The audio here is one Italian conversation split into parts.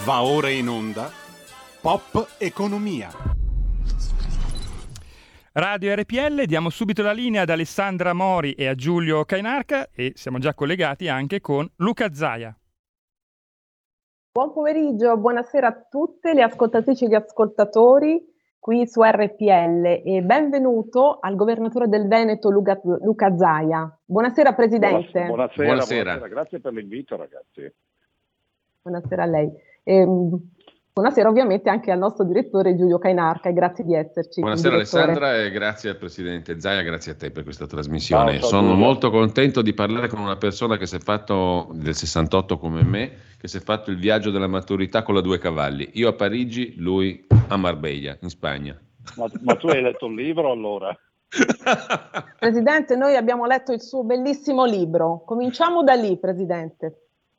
Va ora in onda Pop Economia. Radio RPL, diamo subito la linea ad Alessandra Mori e a Giulio Cainarca e siamo già collegati anche con Luca Zaia. Buon pomeriggio, buonasera a tutte le ascoltatrici e gli ascoltatori qui su RPL e benvenuto al governatore del Veneto Luca Zaia. Buonasera Presidente. Buonasera, grazie per l'invito ragazzi. Buonasera a lei. Buonasera ovviamente anche al nostro direttore Giulio Cainarca e grazie di esserci. Buonasera Alessandra e grazie al Presidente Zaia, grazie a te per questa trasmissione. Sono molto contento di parlare con una persona che si è fatto del 68 come me, che si è fatto il viaggio della maturità con la Due Cavalli. Io a Parigi, lui a Marbella, in Spagna. Ma tu hai letto il libro allora? Presidente, noi abbiamo letto il suo bellissimo libro. Cominciamo da lì, Presidente.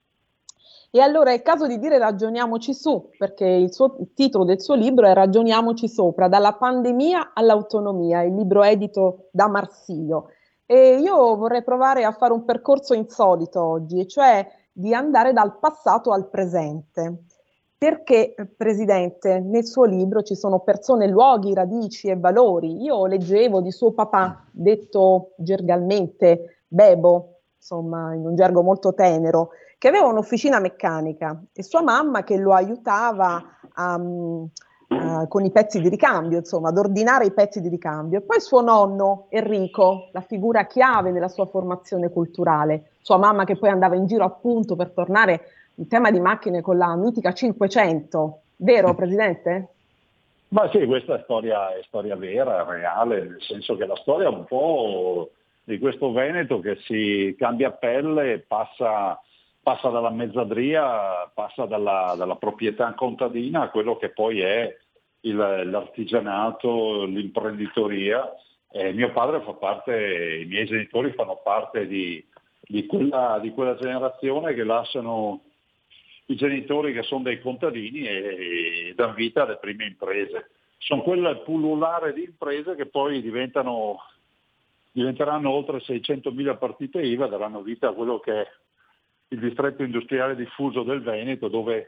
E allora è il caso di dire ragioniamoci su, perché il titolo del suo libro è Ragioniamoci sopra, dalla pandemia all'autonomia, il libro edito da Marsilio. E io vorrei provare a fare un percorso insolito oggi, e cioè di andare dal passato al presente. Perché, Presidente, nel suo libro ci sono persone, luoghi, radici e valori. Io leggevo di suo papà, detto gergalmente Bebo, insomma in un gergo molto tenero, che aveva un'officina meccanica e sua mamma che lo aiutava con i pezzi di ricambio, insomma, ad ordinare i pezzi di ricambio. E poi suo nonno Enrico, la figura chiave nella sua formazione culturale, sua mamma che poi andava in giro appunto per tornare in tema di macchine con la mitica 500. Vero, Presidente? Ma sì, questa è storia vera, reale, nel senso che la storia è un po' di questo Veneto che si cambia pelle, passa dalla mezzadria, passa dalla proprietà contadina a quello che poi è l'artigianato, l'imprenditoria. Mio padre fa parte, i miei genitori fanno parte di quella generazione che lasciano i genitori che sono dei contadini e danno vita alle prime imprese. Sono quel pullulare di imprese che poi diventeranno oltre 600.000 partite IVA, daranno vita a quello che è il distretto industriale diffuso del Veneto, dove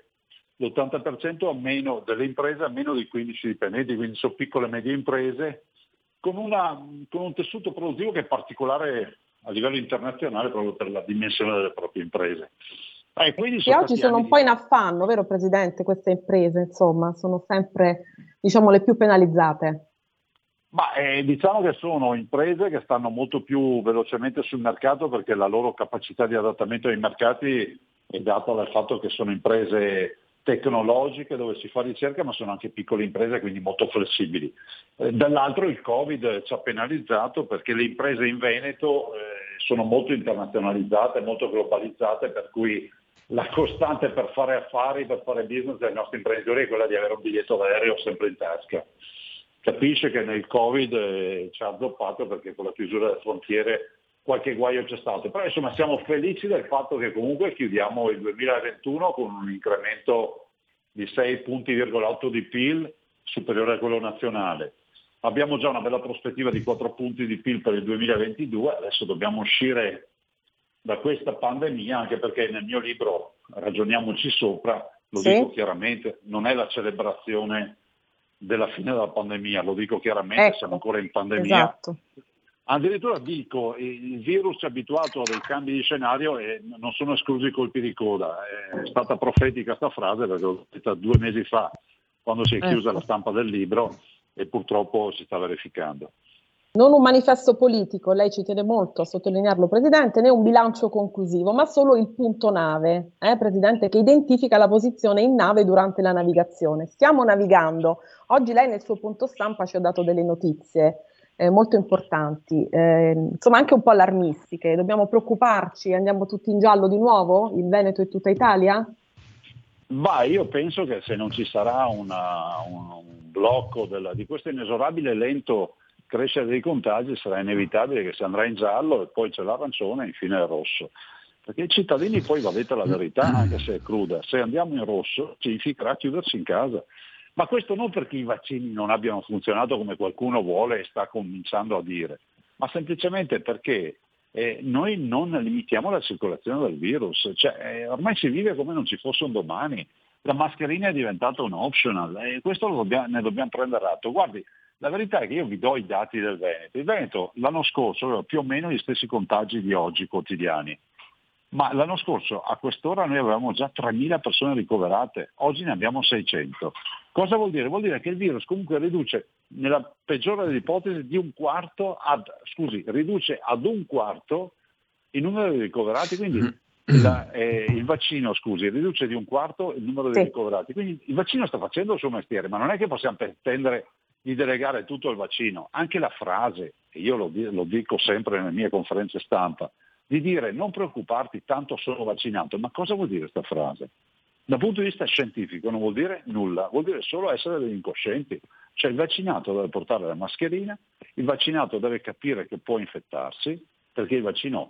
l'80% delle imprese ha meno di 15 dipendenti, quindi sono piccole e medie imprese, con un tessuto produttivo che è particolare a livello internazionale proprio per la dimensione delle proprie imprese. E oggi sono un po' in affanno, vero Presidente, queste imprese, insomma, sono sempre, diciamo, le più penalizzate. Ma diciamo che sono imprese che stanno molto più velocemente sul mercato perché la loro capacità di adattamento ai mercati è data dal fatto che sono imprese tecnologiche dove si fa ricerca, ma sono anche piccole imprese, quindi molto flessibili. Dall'altro il Covid ci ha penalizzato perché le imprese in Veneto sono molto internazionalizzate, molto globalizzate, per cui la costante per fare affari, per fare business dei nostri imprenditori è quella di avere un biglietto d'aereo sempre in tasca. Capisce che nel Covid ci ha azzoppato perché con la chiusura delle frontiere qualche guaio c'è stato, però insomma siamo felici del fatto che comunque chiudiamo il 2021 con un incremento di 6,8 punti di PIL superiore a quello nazionale. Abbiamo già una bella prospettiva di 4 punti di PIL per il 2022, adesso dobbiamo uscire da questa pandemia, anche perché nel mio libro Ragioniamoci sopra, lo dico chiaramente, non è la celebrazione della fine della pandemia, lo dico chiaramente, ecco, siamo ancora in pandemia. Esatto. Addirittura dico, il virus è abituato a dei cambi di scenario e non sono esclusi i colpi di coda. È stata profetica sta frase perché l'ho detta 2 mesi fa, quando si è chiusa la stampa del libro, e purtroppo si sta verificando. Non un manifesto politico, lei ci tiene molto a sottolinearlo, Presidente, né un bilancio conclusivo, ma solo il punto nave, Presidente, che identifica la posizione in nave durante la navigazione. Stiamo navigando. Oggi lei nel suo punto stampa ci ha dato delle notizie molto importanti, insomma anche un po' allarmistiche. Dobbiamo preoccuparci? Andiamo tutti in giallo di nuovo? Il Veneto e tutta Italia? Io penso che se non ci sarà un blocco di questo inesorabile lento crescere dei contagi, sarà inevitabile che si andrà in giallo e poi c'è l'arancione e infine il rosso. Perché i cittadini poi, va detta la verità, anche se è cruda, se andiamo in rosso significherà chiuderci in casa. Ma questo non perché i vaccini non abbiano funzionato come qualcuno vuole e sta cominciando a dire, ma semplicemente perché noi non limitiamo la circolazione del virus. Ormai si vive come non ci fosse un domani. la mascherina è diventata un optional e questo ne dobbiamo prendere atto. Guardi, la verità è che io vi do i dati del Veneto. Il Veneto l'anno scorso aveva più o meno gli stessi contagi di oggi quotidiani, ma l'anno scorso a quest'ora noi avevamo già 3.000 persone ricoverate, oggi ne abbiamo 600. Cosa vuol dire? Vuol dire che il virus comunque riduce, nella peggiore delle ipotesi, riduce ad un quarto il numero di ricoverati, quindi il vaccino, riduce di un quarto il numero di ricoverati. Quindi il vaccino sta facendo il suo mestiere, ma non è che possiamo pretendere di delegare tutto al vaccino. Anche la frase, e io lo dico sempre nelle mie conferenze stampa, di dire non preoccuparti, tanto sono vaccinato. Ma cosa vuol dire questa frase? Dal punto di vista scientifico non vuol dire nulla, vuol dire solo essere degli incoscienti. Cioè il vaccinato deve portare la mascherina, il vaccinato deve capire che può infettarsi, perché il vaccino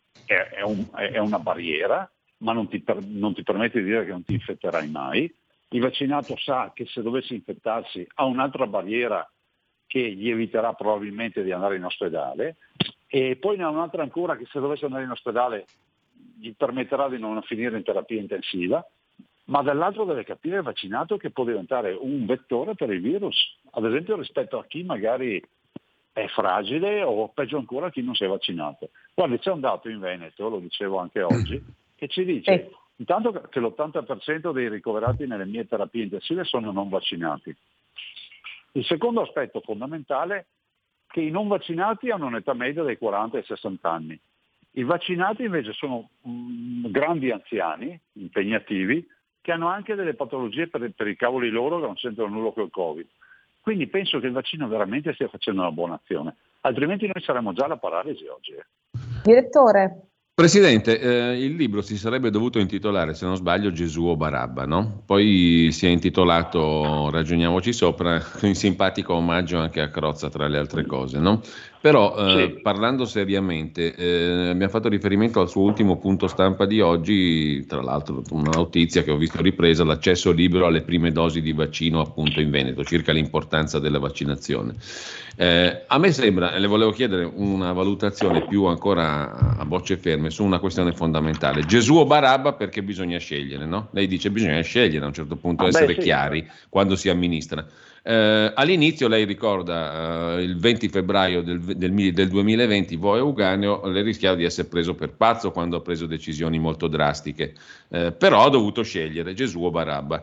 è una barriera, ma non ti permette di dire che non ti infetterai mai. Il vaccinato sa che se dovesse infettarsi ha un'altra barriera che gli eviterà probabilmente di andare in ospedale, e poi ne ha un'altra ancora che se dovesse andare in ospedale gli permetterà di non finire in terapia intensiva, ma dall'altro deve capire il vaccinato che può diventare un vettore per il virus, ad esempio rispetto a chi magari è fragile o peggio ancora chi non si è vaccinato. Guardi, c'è un dato in Veneto, lo dicevo anche oggi, che ci dice intanto che l'80% dei ricoverati nelle mie terapie intensive sono non vaccinati. Il secondo aspetto fondamentale è che i non vaccinati hanno un'età media dai 40 ai 60 anni. I vaccinati invece sono grandi anziani, impegnativi, che hanno anche delle patologie per i cavoli loro che non sentono nulla col Covid. Quindi penso che il vaccino veramente stia facendo una buona azione, altrimenti noi saremmo già alla paralisi oggi. Direttore. Presidente, il libro si sarebbe dovuto intitolare, se non sbaglio, Gesù o Barabba, no? Poi si è intitolato Ragioniamoci sopra, in simpatico omaggio anche a Crozza, tra le altre cose, no? Però parlando seriamente, abbiamo fatto riferimento al suo ultimo punto stampa di oggi, tra l'altro una notizia che ho visto ripresa, l'accesso libero alle prime dosi di vaccino appunto in Veneto, circa l'importanza della vaccinazione. A me sembra, e le volevo chiedere una valutazione più ancora a bocce ferme su una questione fondamentale. Gesù o Barabba, perché bisogna scegliere, no? Lei dice bisogna scegliere a un certo punto, essere chiari quando si amministra. All'inizio lei ricorda il 20 febbraio del 2020 Voe Euganeo le rischiava di essere preso per pazzo quando ha preso decisioni molto drastiche, però ha dovuto scegliere Gesù o Barabba.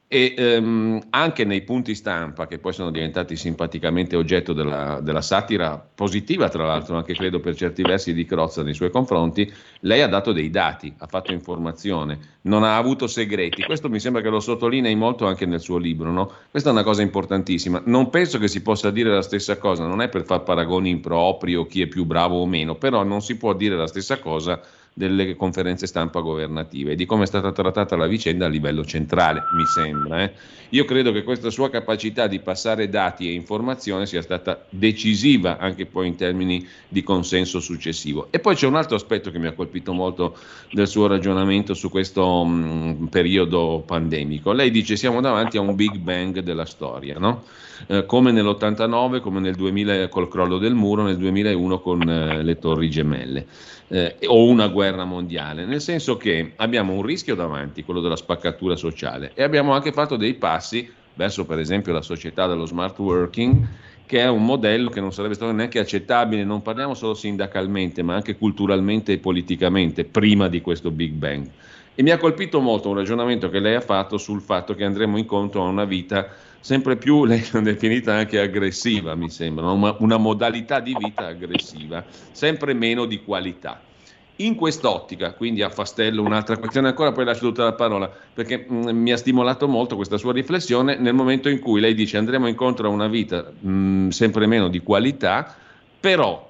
E anche nei punti stampa, che poi sono diventati simpaticamente oggetto della satira positiva, tra l'altro anche credo per certi versi di Crozza nei suoi confronti, lei ha dato dei dati, ha fatto informazione, non ha avuto segreti. Questo mi sembra che lo sottolinei molto anche nel suo libro, no? Questa è una cosa importantissima. Non penso che si possa dire la stessa cosa, non è per far paragoni impropri o chi è più bravo o meno, però non si può dire la stessa cosa delle conferenze stampa governative e di come è stata trattata la vicenda a livello centrale, mi sembra. Io credo che questa sua capacità di passare dati e informazione sia stata decisiva anche poi in termini di consenso successivo. E poi c'è un altro aspetto che mi ha colpito molto del suo ragionamento su questo periodo pandemico. Lei dice siamo davanti a un Big Bang della storia, no? Come nell'89, come nel 2000 col crollo del muro, nel 2001 con le torri gemelle. O una guerra mondiale, nel senso che abbiamo un rischio davanti, quello della spaccatura sociale, e abbiamo anche fatto dei passi verso per esempio la società dello smart working, che è un modello che non sarebbe stato neanche accettabile, non parliamo solo sindacalmente ma anche culturalmente e politicamente prima di questo Big Bang. E mi ha colpito molto un ragionamento che lei ha fatto sul fatto che andremo incontro a una vita sempre più, lei l'ha definita anche aggressiva, mi sembra, una modalità di vita aggressiva, sempre meno di qualità. In quest'ottica, quindi a Fastello, un'altra questione ancora, poi lascio tutta la parola, perché mi ha stimolato molto questa sua riflessione nel momento in cui lei dice andremo incontro a una vita sempre meno di qualità, però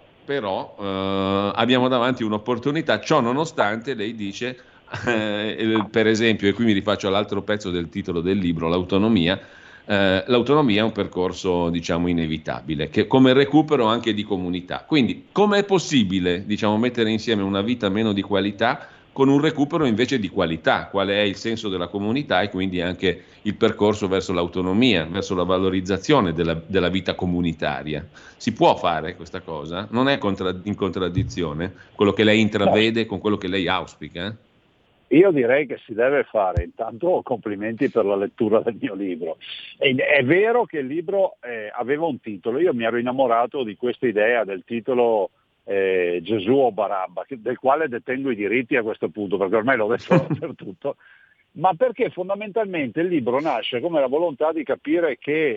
abbiamo davanti un'opportunità, ciò nonostante lei dice, per esempio, e qui mi rifaccio all'altro pezzo del titolo del libro, l'autonomia è un percorso diciamo inevitabile, che come recupero anche di comunità. Quindi come è possibile mettere insieme una vita meno di qualità con un recupero invece di qualità? Qual è il senso della comunità e quindi anche il percorso verso l'autonomia, verso la valorizzazione della vita comunitaria? Si può fare questa cosa? Non è in contraddizione quello che lei intravede con quello che lei auspica? Io direi che si deve fare, intanto complimenti per la lettura del mio libro. È vero che il libro aveva un titolo, io mi ero innamorato di questa idea del titolo Gesù o Barabba, del quale detengo i diritti a questo punto, perché ormai l'ho detto dappertutto, ma perché fondamentalmente il libro nasce come la volontà di capire che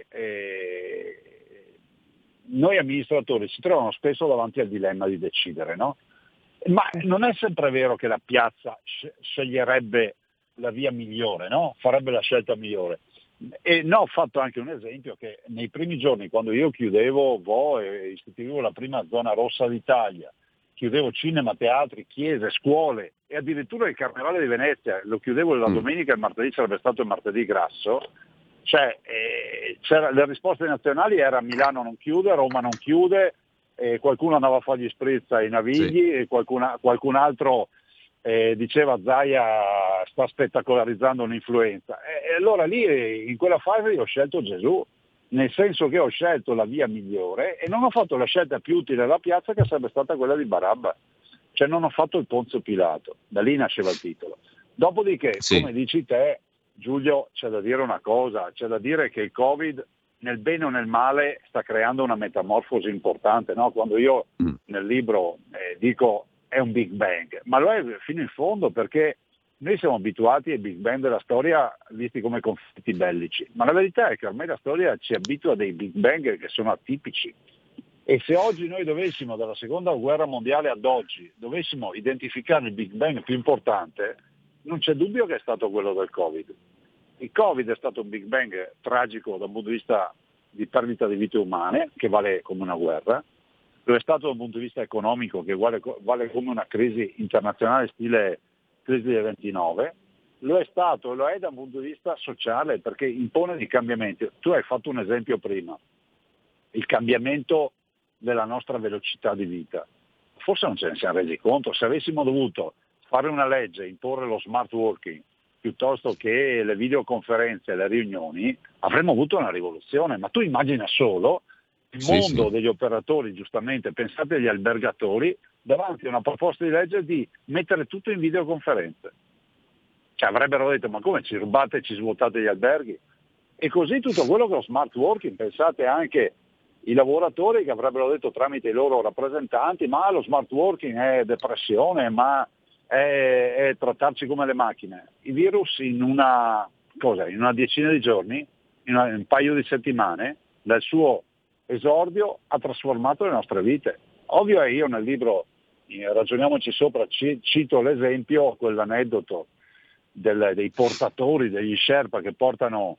noi amministratori si trovano spesso davanti al dilemma di decidere, no? Ma non è sempre vero che la piazza sceglierebbe la via migliore, no? Farebbe la scelta migliore. E no, ho fatto anche un esempio che nei primi giorni, quando io chiudevo Vo e istituivo la prima zona rossa d'Italia, chiudevo cinema, teatri, chiese, scuole e addirittura il Carnevale di Venezia, lo chiudevo la domenica e il martedì sarebbe stato il martedì grasso, cioè le risposte nazionali era Milano non chiude, Roma non chiude, qualcuno andava a fare gli spritz ai Navigli e qualcun altro diceva Zaia sta spettacolarizzando un'influenza. E allora lì in quella fase io ho scelto Gesù, nel senso che ho scelto la via migliore e non ho fatto la scelta più utile alla piazza che sarebbe stata quella di Barabba. Cioè non ho fatto il Ponzio Pilato, da lì nasceva il titolo. Dopodiché, come dici te, Giulio, c'è da dire una cosa, c'è da dire che il Covid nel bene o nel male sta creando una metamorfosi importante, no? Quando io nel libro dico è un Big Bang, ma lo è fino in fondo perché noi siamo abituati ai Big Bang della storia visti come conflitti bellici, ma la verità è che ormai la storia ci abitua a dei Big Bang che sono atipici. E se oggi noi dovessimo, dalla seconda guerra mondiale ad oggi, dovessimo identificare il Big Bang più importante, non c'è dubbio che è stato quello del Covid. Il Covid è stato un Big Bang tragico dal punto di vista di perdita di vite umane, che vale come una guerra, lo è stato dal punto di vista economico, che vale come una crisi internazionale stile crisi del 29, lo è stato e lo è da un punto di vista sociale, perché impone dei cambiamenti. Tu hai fatto un esempio prima, il cambiamento della nostra velocità di vita. Forse non ce ne siamo resi conto, se avessimo dovuto fare una legge, imporre lo smart working, piuttosto che le videoconferenze e le riunioni, avremmo avuto una rivoluzione. Ma tu immagina solo il mondo degli operatori, giustamente, pensate agli albergatori, davanti a una proposta di legge di mettere tutto in videoconferenze. Cioè avrebbero detto, ma come ci rubate e ci svuotate gli alberghi? E così tutto quello che è lo smart working, pensate anche i lavoratori che avrebbero detto tramite i loro rappresentanti, ma lo smart working è depressione, ma è trattarci come le macchine. Il virus in una decina di giorni, in un paio di settimane, dal suo esordio ha trasformato le nostre vite. Ovvio è, io nel libro ragioniamoci sopra, cito l'esempio, quell'aneddoto dei portatori, degli Sherpa che portano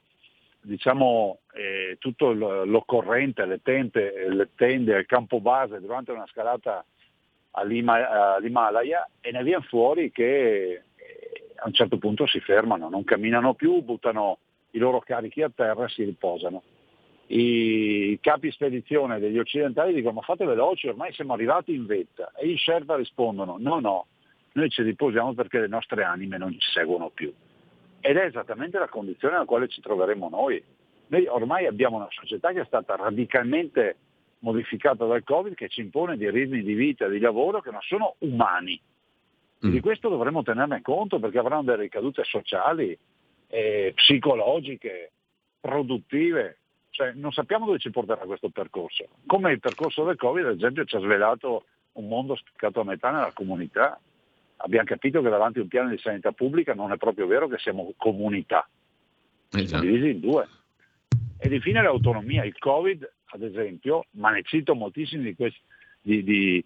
tutto l'occorrente, le tende al campo base durante una scalata all'Himalaya, e ne viene fuori che a un certo punto si fermano, non camminano più, buttano i loro carichi a terra e si riposano. I capi spedizione degli occidentali dicono ma fate veloci, ormai siamo arrivati in vetta, e gli Sherpa rispondono no, noi ci riposiamo perché le nostre anime non ci seguono più. Ed è esattamente la condizione nella quale ci troveremo noi. Noi ormai abbiamo una società che è stata radicalmente modificata dal Covid, che ci impone dei ritmi di vita e di lavoro che non sono umani. E di questo dovremmo tenerne conto, perché avranno delle ricadute sociali, psicologiche, produttive. Cioè, non sappiamo dove ci porterà questo percorso. Come il percorso del Covid, ad esempio, ci ha svelato un mondo spiccato a metà nella comunità. Abbiamo capito che davanti a un piano di sanità pubblica non è proprio vero che siamo comunità, siamo divisi in due. Ed infine l'autonomia. Il Covid, ad esempio, ma ne cito moltissimi di questi di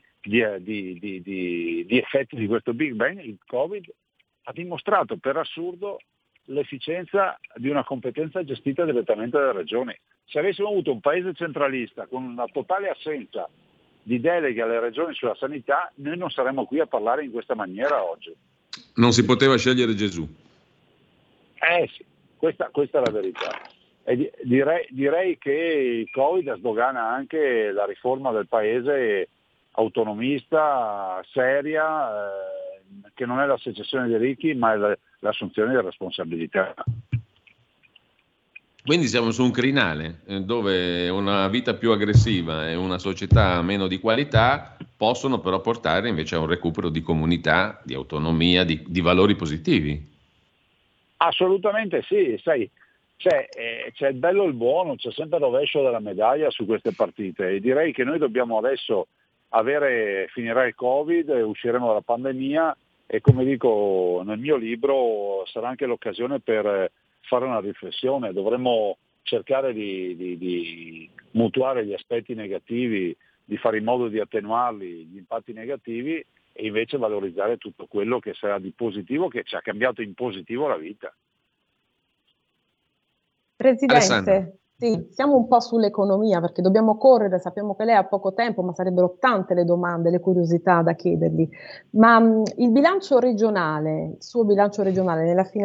effetti di questo Big Bang, il Covid ha dimostrato per assurdo l'efficienza di una competenza gestita direttamente dalle regioni. Se avessimo avuto un paese centralista con una totale assenza di deleghe alle regioni sulla sanità, noi non saremmo qui a parlare in questa maniera oggi. Non si poteva scegliere Gesù. Sì, questa è la verità. E direi che il Covid sdogana anche la riforma del paese autonomista, seria, che non è la secessione dei ricchi, ma è l'assunzione di responsabilità. Quindi siamo su un crinale dove una vita più aggressiva e una società meno di qualità possono però portare invece a un recupero di comunità, di autonomia, di valori positivi. Assolutamente sì, sai, c'è il bello e il buono, c'è sempre il rovescio della medaglia su queste partite e direi che noi dobbiamo adesso finirà il Covid, usciremo dalla pandemia e come dico nel mio libro sarà anche l'occasione per fare una riflessione, dovremmo cercare di mutuare gli aspetti negativi, di fare in modo di attenuarli, gli impatti negativi e invece valorizzare tutto quello che sarà di positivo, che ci ha cambiato in positivo la vita. Presidente, sì, siamo un po' sull'economia perché dobbiamo correre, sappiamo che lei ha poco tempo, ma sarebbero tante le domande, le curiosità da chiedergli. Ma il bilancio regionale, il suo bilancio regionale,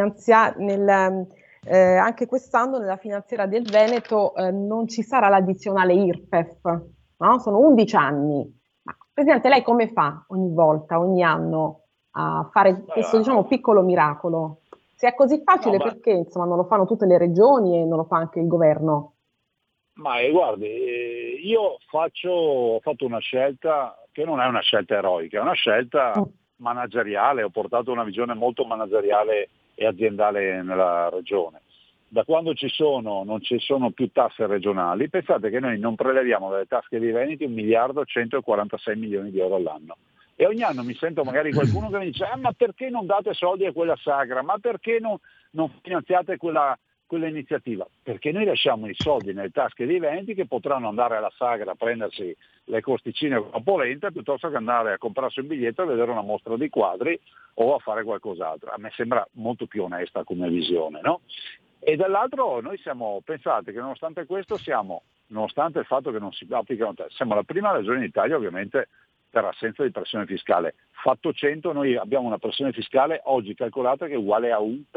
anche quest'anno nella finanziaria del Veneto non ci sarà l'addizionale IRPEF, no? Sono 11 anni. Ma, Presidente, lei come fa ogni volta, ogni anno a fare questo, diciamo, piccolo miracolo? Se è così facile, perché insomma, non lo fanno tutte le regioni e non lo fa anche il governo? Ma guardi, io ho fatto una scelta che non è una scelta eroica, è una scelta manageriale, ho portato una visione molto manageriale e aziendale nella regione. Da quando non ci sono più tasse regionali, pensate che noi non preleviamo dalle tasche dei veneti 1.146 milioni di euro all'anno. E ogni anno mi sento magari qualcuno che mi dice ma perché non date soldi a quella sagra, ma perché non finanziate quella iniziativa? Perché noi lasciamo i soldi nelle tasche dei veneti che potranno andare alla sagra a prendersi le costicine con la polenta piuttosto che andare a comprarsi un biglietto a vedere una mostra di quadri o a fare qualcos'altro. A me sembra molto più onesta come visione, no? E dall'altro noi pensate che nonostante questo nonostante il fatto che non si applicano tasse, siamo la prima regione d'Italia ovviamente per assenza di pressione fiscale. Fatto 100, noi abbiamo una pressione fiscale oggi calcolata che è uguale a 1%,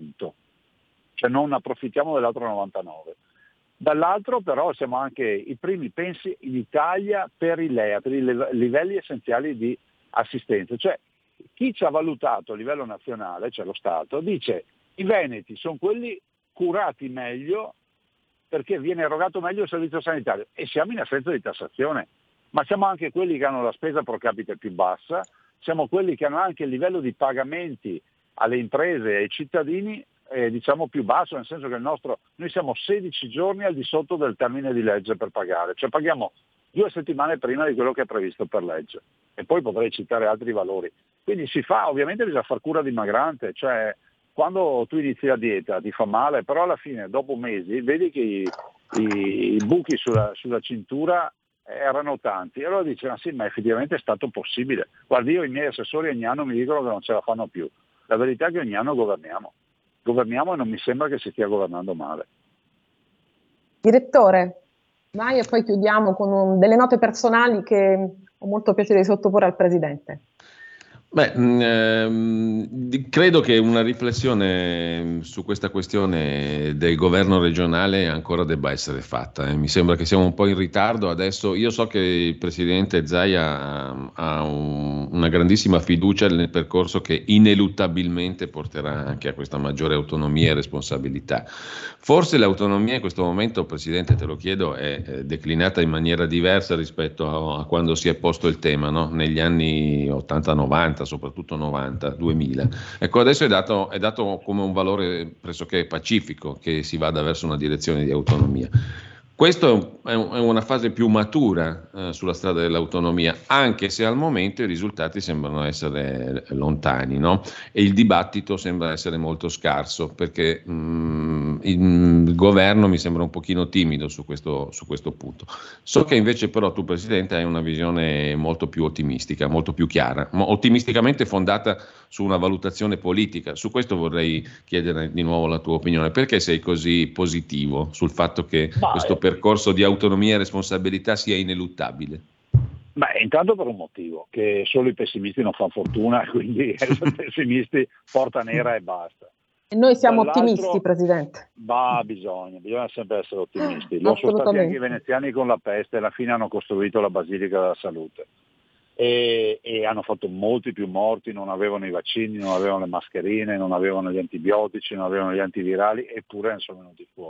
cioè non approfittiamo dell'altro 99%. Dall'altro però siamo anche i primi, pensi, in Italia per i LEA, per i livelli essenziali di assistenza. Cioè chi ci ha valutato a livello nazionale, cioè lo Stato, dice i veneti sono quelli curati meglio perché viene erogato meglio il servizio sanitario e siamo in assenza di tassazione. Ma siamo anche quelli che hanno la spesa pro capite più bassa, siamo quelli che hanno anche il livello di pagamenti alle imprese e ai cittadini diciamo più basso, nel senso che noi siamo 16 giorni al di sotto del termine di legge per pagare, cioè paghiamo 2 settimane prima di quello che è previsto per legge e poi potrei citare altri valori. Quindi ovviamente bisogna far cura dimagrante, cioè quando tu inizi la dieta ti fa male, però alla fine dopo mesi vedi che i buchi sulla cintura erano tanti e allora dice sì, ma effettivamente è stato possibile. Guardi, io i miei assessori ogni anno mi dicono che non ce la fanno più, la verità è che ogni anno governiamo e non mi sembra che si stia governando male. Direttore, vai e poi chiudiamo con delle note personali che ho molto piacere di sottoporre al Presidente. Credo che una riflessione su questa questione del governo regionale ancora debba essere fatta. Mi sembra che siamo un po' in ritardo adesso. Io so che il presidente Zaia ha una grandissima fiducia nel percorso che ineluttabilmente porterà anche a questa maggiore autonomia e responsabilità. Forse l'autonomia in questo momento, Presidente, te lo chiedo, è declinata in maniera diversa rispetto a quando si è posto il tema, no? Negli anni 80-90, soprattutto 90-2000. Ecco, adesso è dato come un valore pressoché pacifico che si vada verso una direzione di autonomia. Questo è una fase più matura sulla strada dell'autonomia, anche se al momento i risultati sembrano essere lontani, no? E il dibattito sembra essere molto scarso, perché il governo mi sembra un pochino timido su questo punto. So che invece però tu, Presidente, hai una visione molto più ottimistica, molto più chiara, ottimisticamente fondata su una valutazione politica. Su questo vorrei chiedere di nuovo la tua opinione. Perché sei così positivo sul fatto che questo percorso di autonomia e responsabilità sia ineluttabile? Intanto per un motivo, che solo i pessimisti non fanno fortuna, quindi i pessimisti porta nera e basta. E noi siamo ottimisti, Presidente. Bisogna sempre essere ottimisti. Lo sono stati anche i veneziani con la peste, alla fine hanno costruito la Basilica della Salute e hanno fatto molti più morti, non avevano i vaccini, non avevano le mascherine, non avevano gli antibiotici, non avevano gli antivirali, eppure ne sono venuti fuori.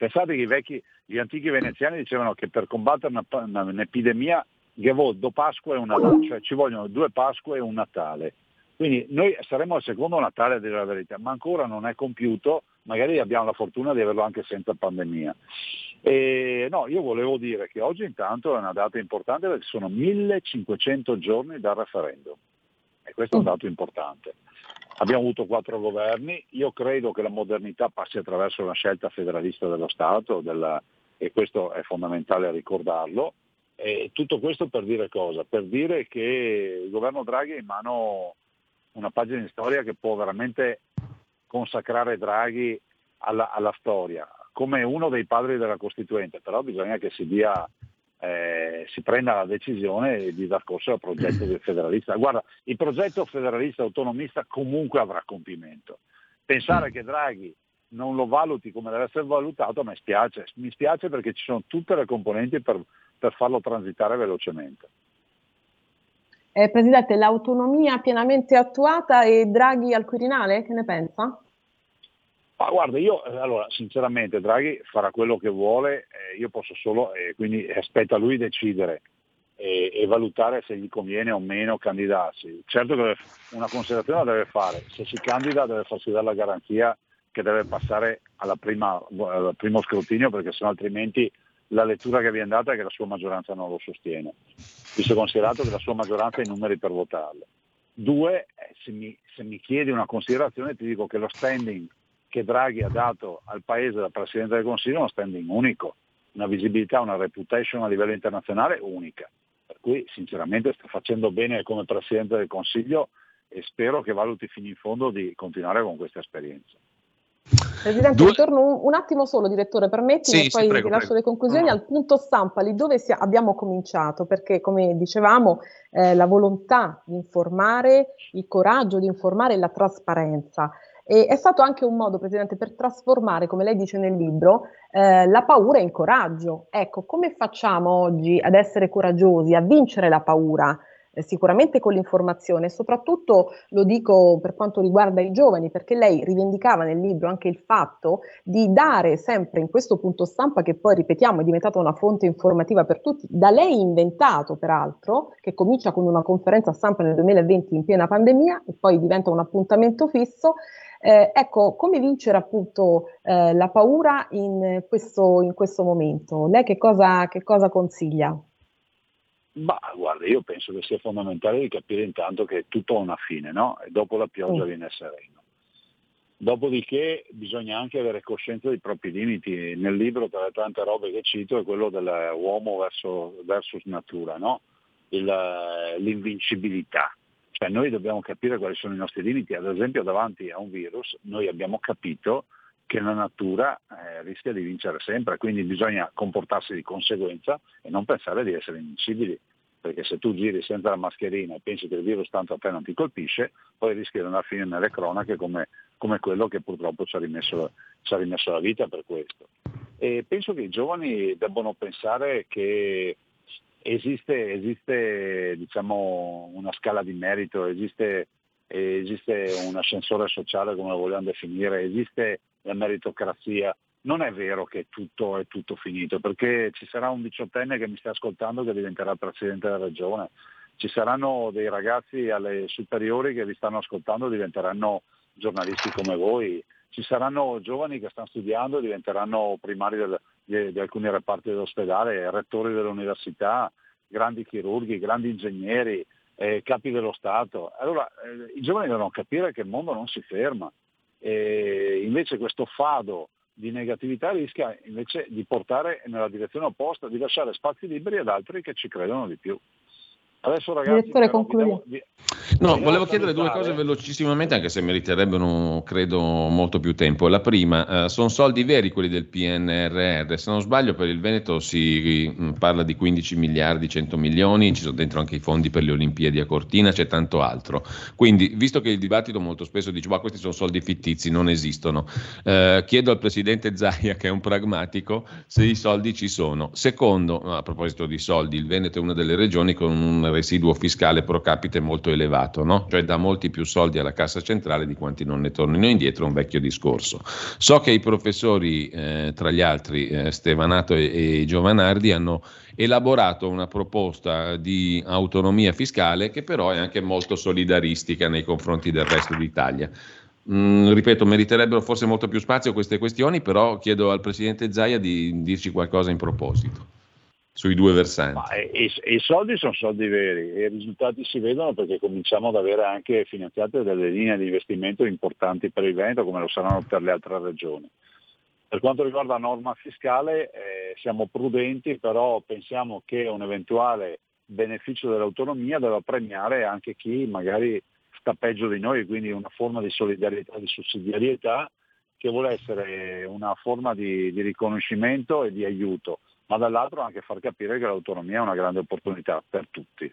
Pensate che gli antichi veneziani dicevano che per combattere un'epidemia do Pasqua e un Natale, cioè ci vogliono 2 Pasque e un Natale. Quindi noi saremo al secondo Natale, a dire la verità, ma ancora non è compiuto, magari abbiamo la fortuna di averlo anche senza pandemia. No, io volevo dire che oggi intanto è una data importante perché sono 1500 giorni dal referendum e questo è un dato importante. Abbiamo avuto 4 governi, io credo che la modernità passi attraverso una scelta federalista dello Stato e questo è fondamentale ricordarlo. E tutto questo per dire cosa? Per dire che il governo Draghi ha in mano una pagina di storia che può veramente consacrare Draghi alla storia, come uno dei padri della Costituente, però bisogna che si prenda la decisione di dar corso al progetto del federalista. Guarda, il progetto federalista autonomista comunque avrà compimento. Pensare che Draghi non lo valuti come deve essere valutato mi spiace perché ci sono tutte le componenti per farlo transitare velocemente. Presidente, l'autonomia pienamente attuata e Draghi al Quirinale, che ne pensa? Ma guarda, allora sinceramente Draghi farà quello che vuole, io posso solo, quindi aspetta lui decidere e valutare se gli conviene o meno candidarsi. Certo che una considerazione la deve fare, se si candida deve farsi dare la garanzia che deve passare al primo scrutinio, perché sennò altrimenti la lettura che viene data è che la sua maggioranza non lo sostiene, visto considerato che la sua maggioranza ha i numeri per votarlo. 2, se mi chiedi una considerazione ti dico che lo standing che Draghi ha dato al Paese da Presidente del Consiglio è uno standing unico, una visibilità, una reputation a livello internazionale unica, per cui sinceramente sta facendo bene come Presidente del Consiglio e spero che valuti fino in fondo di continuare con questa esperienza. Presidente, ritorno un attimo solo, direttore, permettimi, sì, e poi prego, vi lascio prego. le conclusioni al punto stampa, lì dove abbiamo cominciato, perché come dicevamo la volontà di informare, il coraggio di informare e la trasparenza. E è stato anche un modo, Presidente, per trasformare, come lei dice nel libro, la paura in coraggio. Ecco, come facciamo oggi ad essere coraggiosi, a vincere la paura? Sicuramente con l'informazione, e soprattutto lo dico per quanto riguarda i giovani, perché lei rivendicava nel libro anche il fatto di dare sempre in questo punto stampa, che poi ripetiamo è diventata una fonte informativa per tutti, da lei inventato peraltro, che comincia con una conferenza stampa nel 2020 in piena pandemia e poi diventa un appuntamento fisso. Ecco, come vincere appunto la paura in questo momento? Lei che cosa consiglia? Ma guarda, io penso che sia fondamentale di capire intanto che tutto ha una fine, no? E dopo la pioggia viene il sereno. Dopodiché bisogna anche avere coscienza dei propri limiti. Nel libro, tra le tante robe che cito, è quello dell'uomo versus natura, no? L'invincibilità. Cioè noi dobbiamo capire quali sono i nostri limiti. Ad esempio davanti a un virus noi abbiamo capito che la natura rischia di vincere sempre, quindi bisogna comportarsi di conseguenza e non pensare di essere invincibili, perché se tu giri senza la mascherina e pensi che il virus tanto a te non ti colpisce, poi rischi di andare a finire nelle cronache come quello che purtroppo ci ha rimesso la vita per questo. E penso che i giovani debbano pensare che esiste diciamo una scala di merito, esiste un ascensore sociale, come lo vogliamo definire, esiste la meritocrazia. Non è vero che tutto è tutto finito, perché ci sarà un 18enne che mi sta ascoltando che diventerà presidente della regione, ci saranno dei ragazzi alle superiori che vi stanno ascoltando e diventeranno giornalisti come voi, ci saranno giovani che stanno studiando e diventeranno primari di alcuni reparti dell'ospedale, rettori dell'università, grandi chirurghi, grandi ingegneri, capi dello Stato. Allora i giovani devono capire che il mondo non si ferma. E invece questo fado di negatività rischia invece di portare nella direzione opposta, di lasciare spazi liberi ad altri che ci credono di più. Adesso ragazzi, volevo chiedere 2 cose velocissimamente, anche se meriterebbero credo molto più tempo. La prima, sono soldi veri quelli del PNRR, se non sbaglio per il Veneto si parla di 15 miliardi, 100 milioni, ci sono dentro anche i fondi per le Olimpiadi a Cortina, c'è tanto altro. Quindi, visto che il dibattito molto spesso dice questi sono soldi fittizi, non esistono, chiedo al Presidente Zaia, che è un pragmatico, se i soldi ci sono. Secondo, a proposito di soldi, il Veneto è una delle regioni con un residuo fiscale pro capite molto elevato. elevato, no? Cioè dà molti più soldi alla cassa centrale di quanti non ne tornino indietro, un vecchio discorso. So che i professori, tra gli altri Stevanato e Giovanardi, hanno elaborato una proposta di autonomia fiscale che però è anche molto solidaristica nei confronti del resto d'Italia. Ripeto, meriterebbero forse molto più spazio queste questioni, però chiedo al Presidente Zaia di dirci qualcosa in proposito sui due versanti. Ma i soldi sono soldi veri e i risultati si vedono perché cominciamo ad avere anche finanziate delle linee di investimento importanti per il Veneto, come lo saranno per le altre regioni. Per quanto riguarda la norma fiscale siamo prudenti, però pensiamo che un eventuale beneficio dell'autonomia deve premiare anche chi magari sta peggio di noi, quindi una forma di solidarietà, di sussidiarietà, che vuole essere una forma di riconoscimento e di aiuto, ma dall'altro anche far capire che l'autonomia è una grande opportunità per tutti.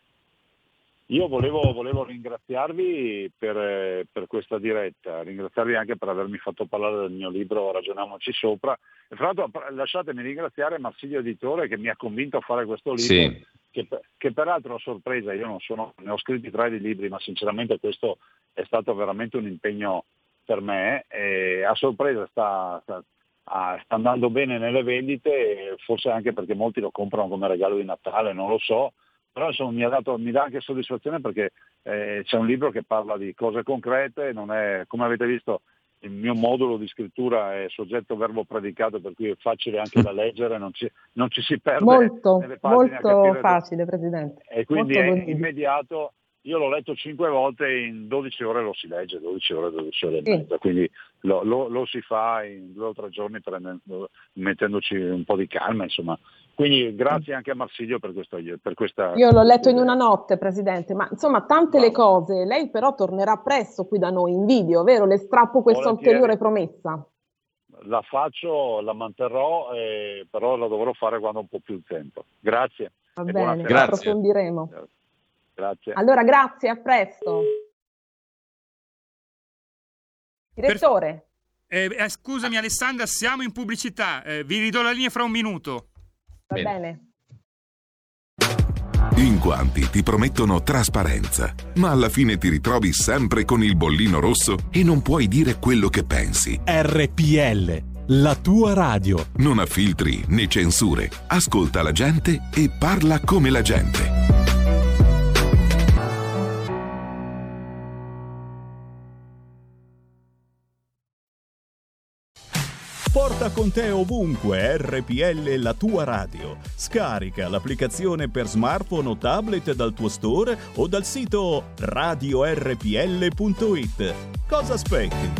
Io volevo ringraziarvi per questa diretta, ringraziarvi anche per avermi fatto parlare del mio libro Ragioniamoci sopra, e fra l'altro lasciatemi ringraziare Marsilio Editore che mi ha convinto a fare questo libro. Sì. Che peraltro a sorpresa, io ne ho scritti 3 di libri, ma sinceramente questo è stato veramente un impegno per me, e a sorpresa sta andando bene nelle vendite, forse anche perché molti lo comprano come regalo di Natale, non lo so, però insomma mi dà anche soddisfazione perché c'è un libro che parla di cose concrete, non è, come avete visto, il mio modulo di scrittura è soggetto verbo predicato, per cui è facile anche da leggere, non ci si perde nelle pagine, molto facile, Presidente. E quindi è immediato. Io l'ho letto 5 volte, in 12 ore lo si legge, 12 ore e mezza, quindi lo si fa in 2 o 3 giorni mettendoci un po' di calma, insomma. Quindi grazie anche a Marsilio per questa. Io l'ho letto in una notte, Presidente, ma insomma tante le cose. Lei però tornerà presto qui da noi in video, vero? Le strappo questa ulteriore promessa. La faccio, la manterrò, però la dovrò fare quando ho un po' più tempo. Grazie. Va bene, approfondiremo. Grazie. Allora, grazie, a presto. Direttore. Scusami Alessandra, siamo in pubblicità, vi ridò la linea fra un minuto. Va bene. In quanti ti promettono trasparenza, ma alla fine ti ritrovi sempre con il bollino rosso e non puoi dire quello che pensi. RPL, la tua radio. Non ha filtri né censure. Ascolta la gente e parla come la gente. Porta con te ovunque RPL, la tua radio. Scarica l'applicazione per smartphone o tablet dal tuo store o dal sito radiorpl.it. Cosa aspetti?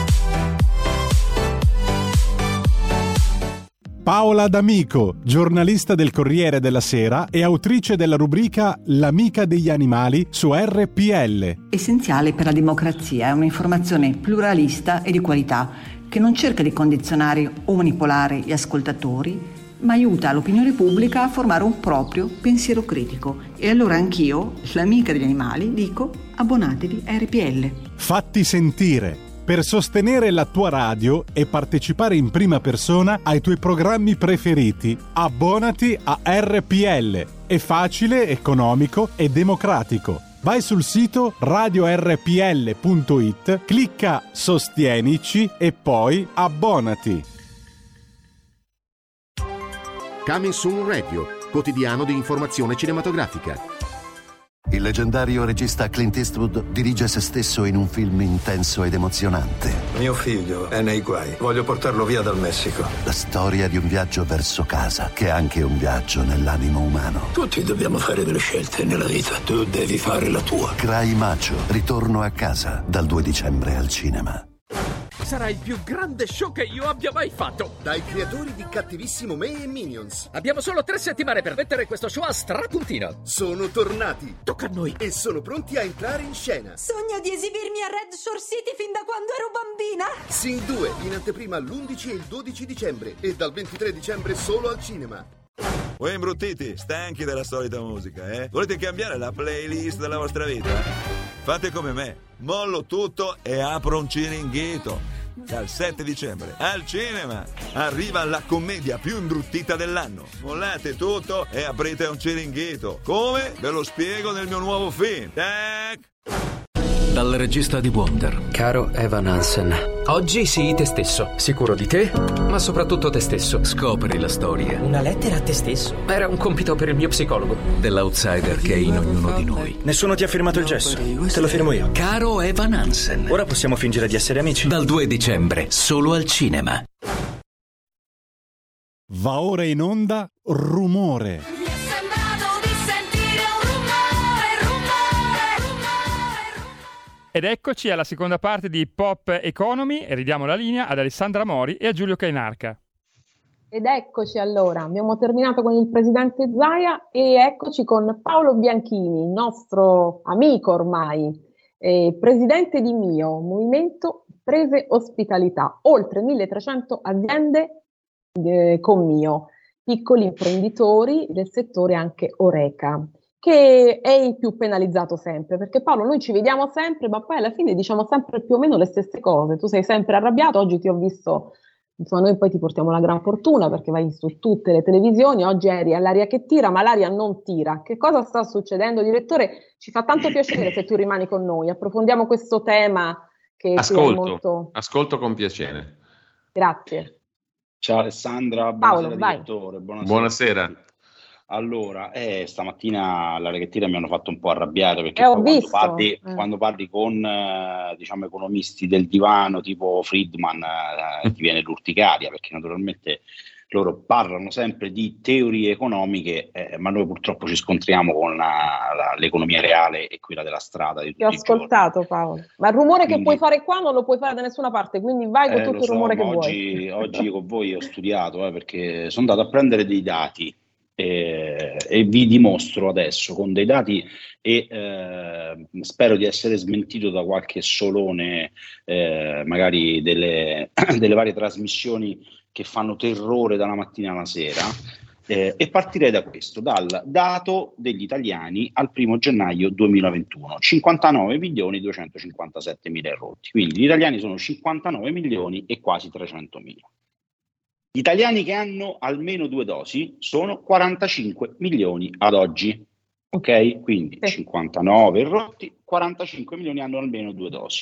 Paola D'Amico, giornalista del Corriere della Sera e autrice della rubrica L'amica degli animali su RPL. Essenziale per la democrazia è un'informazione pluralista e di qualità, che non cerca di condizionare o manipolare gli ascoltatori, ma aiuta l'opinione pubblica a formare un proprio pensiero critico. E allora anch'io, l'amica degli animali, dico: abbonatevi a RPL. Fatti sentire. Per sostenere la tua radio e partecipare in prima persona ai tuoi programmi preferiti, abbonati a RPL. È facile, economico e democratico. Vai sul sito radiorpl.it, clicca Sostienici e poi abbonati. Coming Soon Radio, quotidiano di informazione cinematografica. Il leggendario regista Clint Eastwood dirige se stesso in un film intenso ed emozionante. Mio figlio è nei guai. Voglio portarlo via dal Messico. La storia di un viaggio verso casa, che è anche un viaggio nell'animo umano. Tutti dobbiamo fare delle scelte nella vita. Tu devi fare la tua. Cry Macho, ritorno a casa, dal 2 dicembre al cinema. Sarà il più grande show che io abbia mai fatto. Dai creatori di Cattivissimo Me e Minions. Abbiamo solo 3 settimane per mettere questo show a strapuntino. Sono tornati. Tocca a noi. E sono pronti a entrare in scena. Sogno di esibirmi a Red Shore City fin da quando ero bambina. Sing 2 in anteprima l'11 e il 12 dicembre e dal 23 dicembre solo al cinema. Voi imbruttiti, stanchi della solita musica, eh? Volete cambiare la playlist della vostra vita? Fate come me, mollo tutto e apro un ciringhito. Dal 7 dicembre al cinema arriva la commedia più imbruttita dell'anno. Mollate tutto e aprite un ciringhito. Come? Ve lo spiego nel mio nuovo film. Tac! dal regista di Wonder. Caro Evan Hansen, oggi sii te stesso, sicuro di te, ma soprattutto te stesso. Scopri la storia. Una lettera a te stesso? Era un compito per il mio psicologo. Dell'outsider che è in ognuno di noi. Nessuno ti ha firmato il gesso, te lo firmo io. Caro Evan Hansen. Ora possiamo fingere di essere amici. Dal 2 dicembre, solo al cinema. Va ora in onda Rumore. Ed eccoci alla seconda parte di Pop Economy e ridiamo la linea ad Alessandra Mori e a Giulio Cainarca. Ed eccoci allora, abbiamo terminato con il presidente Zaia e eccoci con Paolo Bianchini, il nostro amico ormai, presidente di MIO, Movimento Imprese Ospitalità, oltre 1300 aziende con MIO, piccoli imprenditori del settore anche Horeca, che è il più penalizzato sempre, perché Paolo noi ci vediamo sempre, ma poi alla fine diciamo sempre più o meno le stesse cose, tu sei sempre arrabbiato, oggi ti ho visto, insomma noi poi ti portiamo la gran fortuna perché vai su tutte le televisioni, oggi eri all'aria che tira, ma l'aria non tira, che cosa sta succedendo direttore? Ci fa tanto piacere se tu rimani con noi, approfondiamo questo tema che è molto... Ascolto con piacere. Grazie. Ciao Alessandra, Paolo, direttore, buonasera. Allora, stamattina alla Raghettiera mi hanno fatto un po' arrabbiare perché quando parli con diciamo economisti del divano tipo Friedman ti viene l'urticaria, perché naturalmente loro parlano sempre di teorie economiche, ma noi purtroppo ci scontriamo con l'economia reale e quella della strada. Ti ho ascoltato Paolo, ma il rumore che puoi fare qua non lo puoi fare da nessuna parte, quindi vai con tutto il rumore che vuoi. Oggi io con voi ho studiato perché sono andato a prendere dei dati e vi dimostro adesso con dei dati e spero di essere smentito da qualche solone magari delle varie trasmissioni che fanno terrore dalla mattina alla sera, e partirei da questo, dal dato degli italiani al 1 gennaio 2021, 59 milioni 257 mila rotti, quindi gli italiani sono 59 milioni e quasi 300 mila. Gli italiani che hanno almeno 2 dosi sono 45 milioni ad oggi, ok? Quindi 59 rotti, 45 milioni hanno almeno 2 dosi.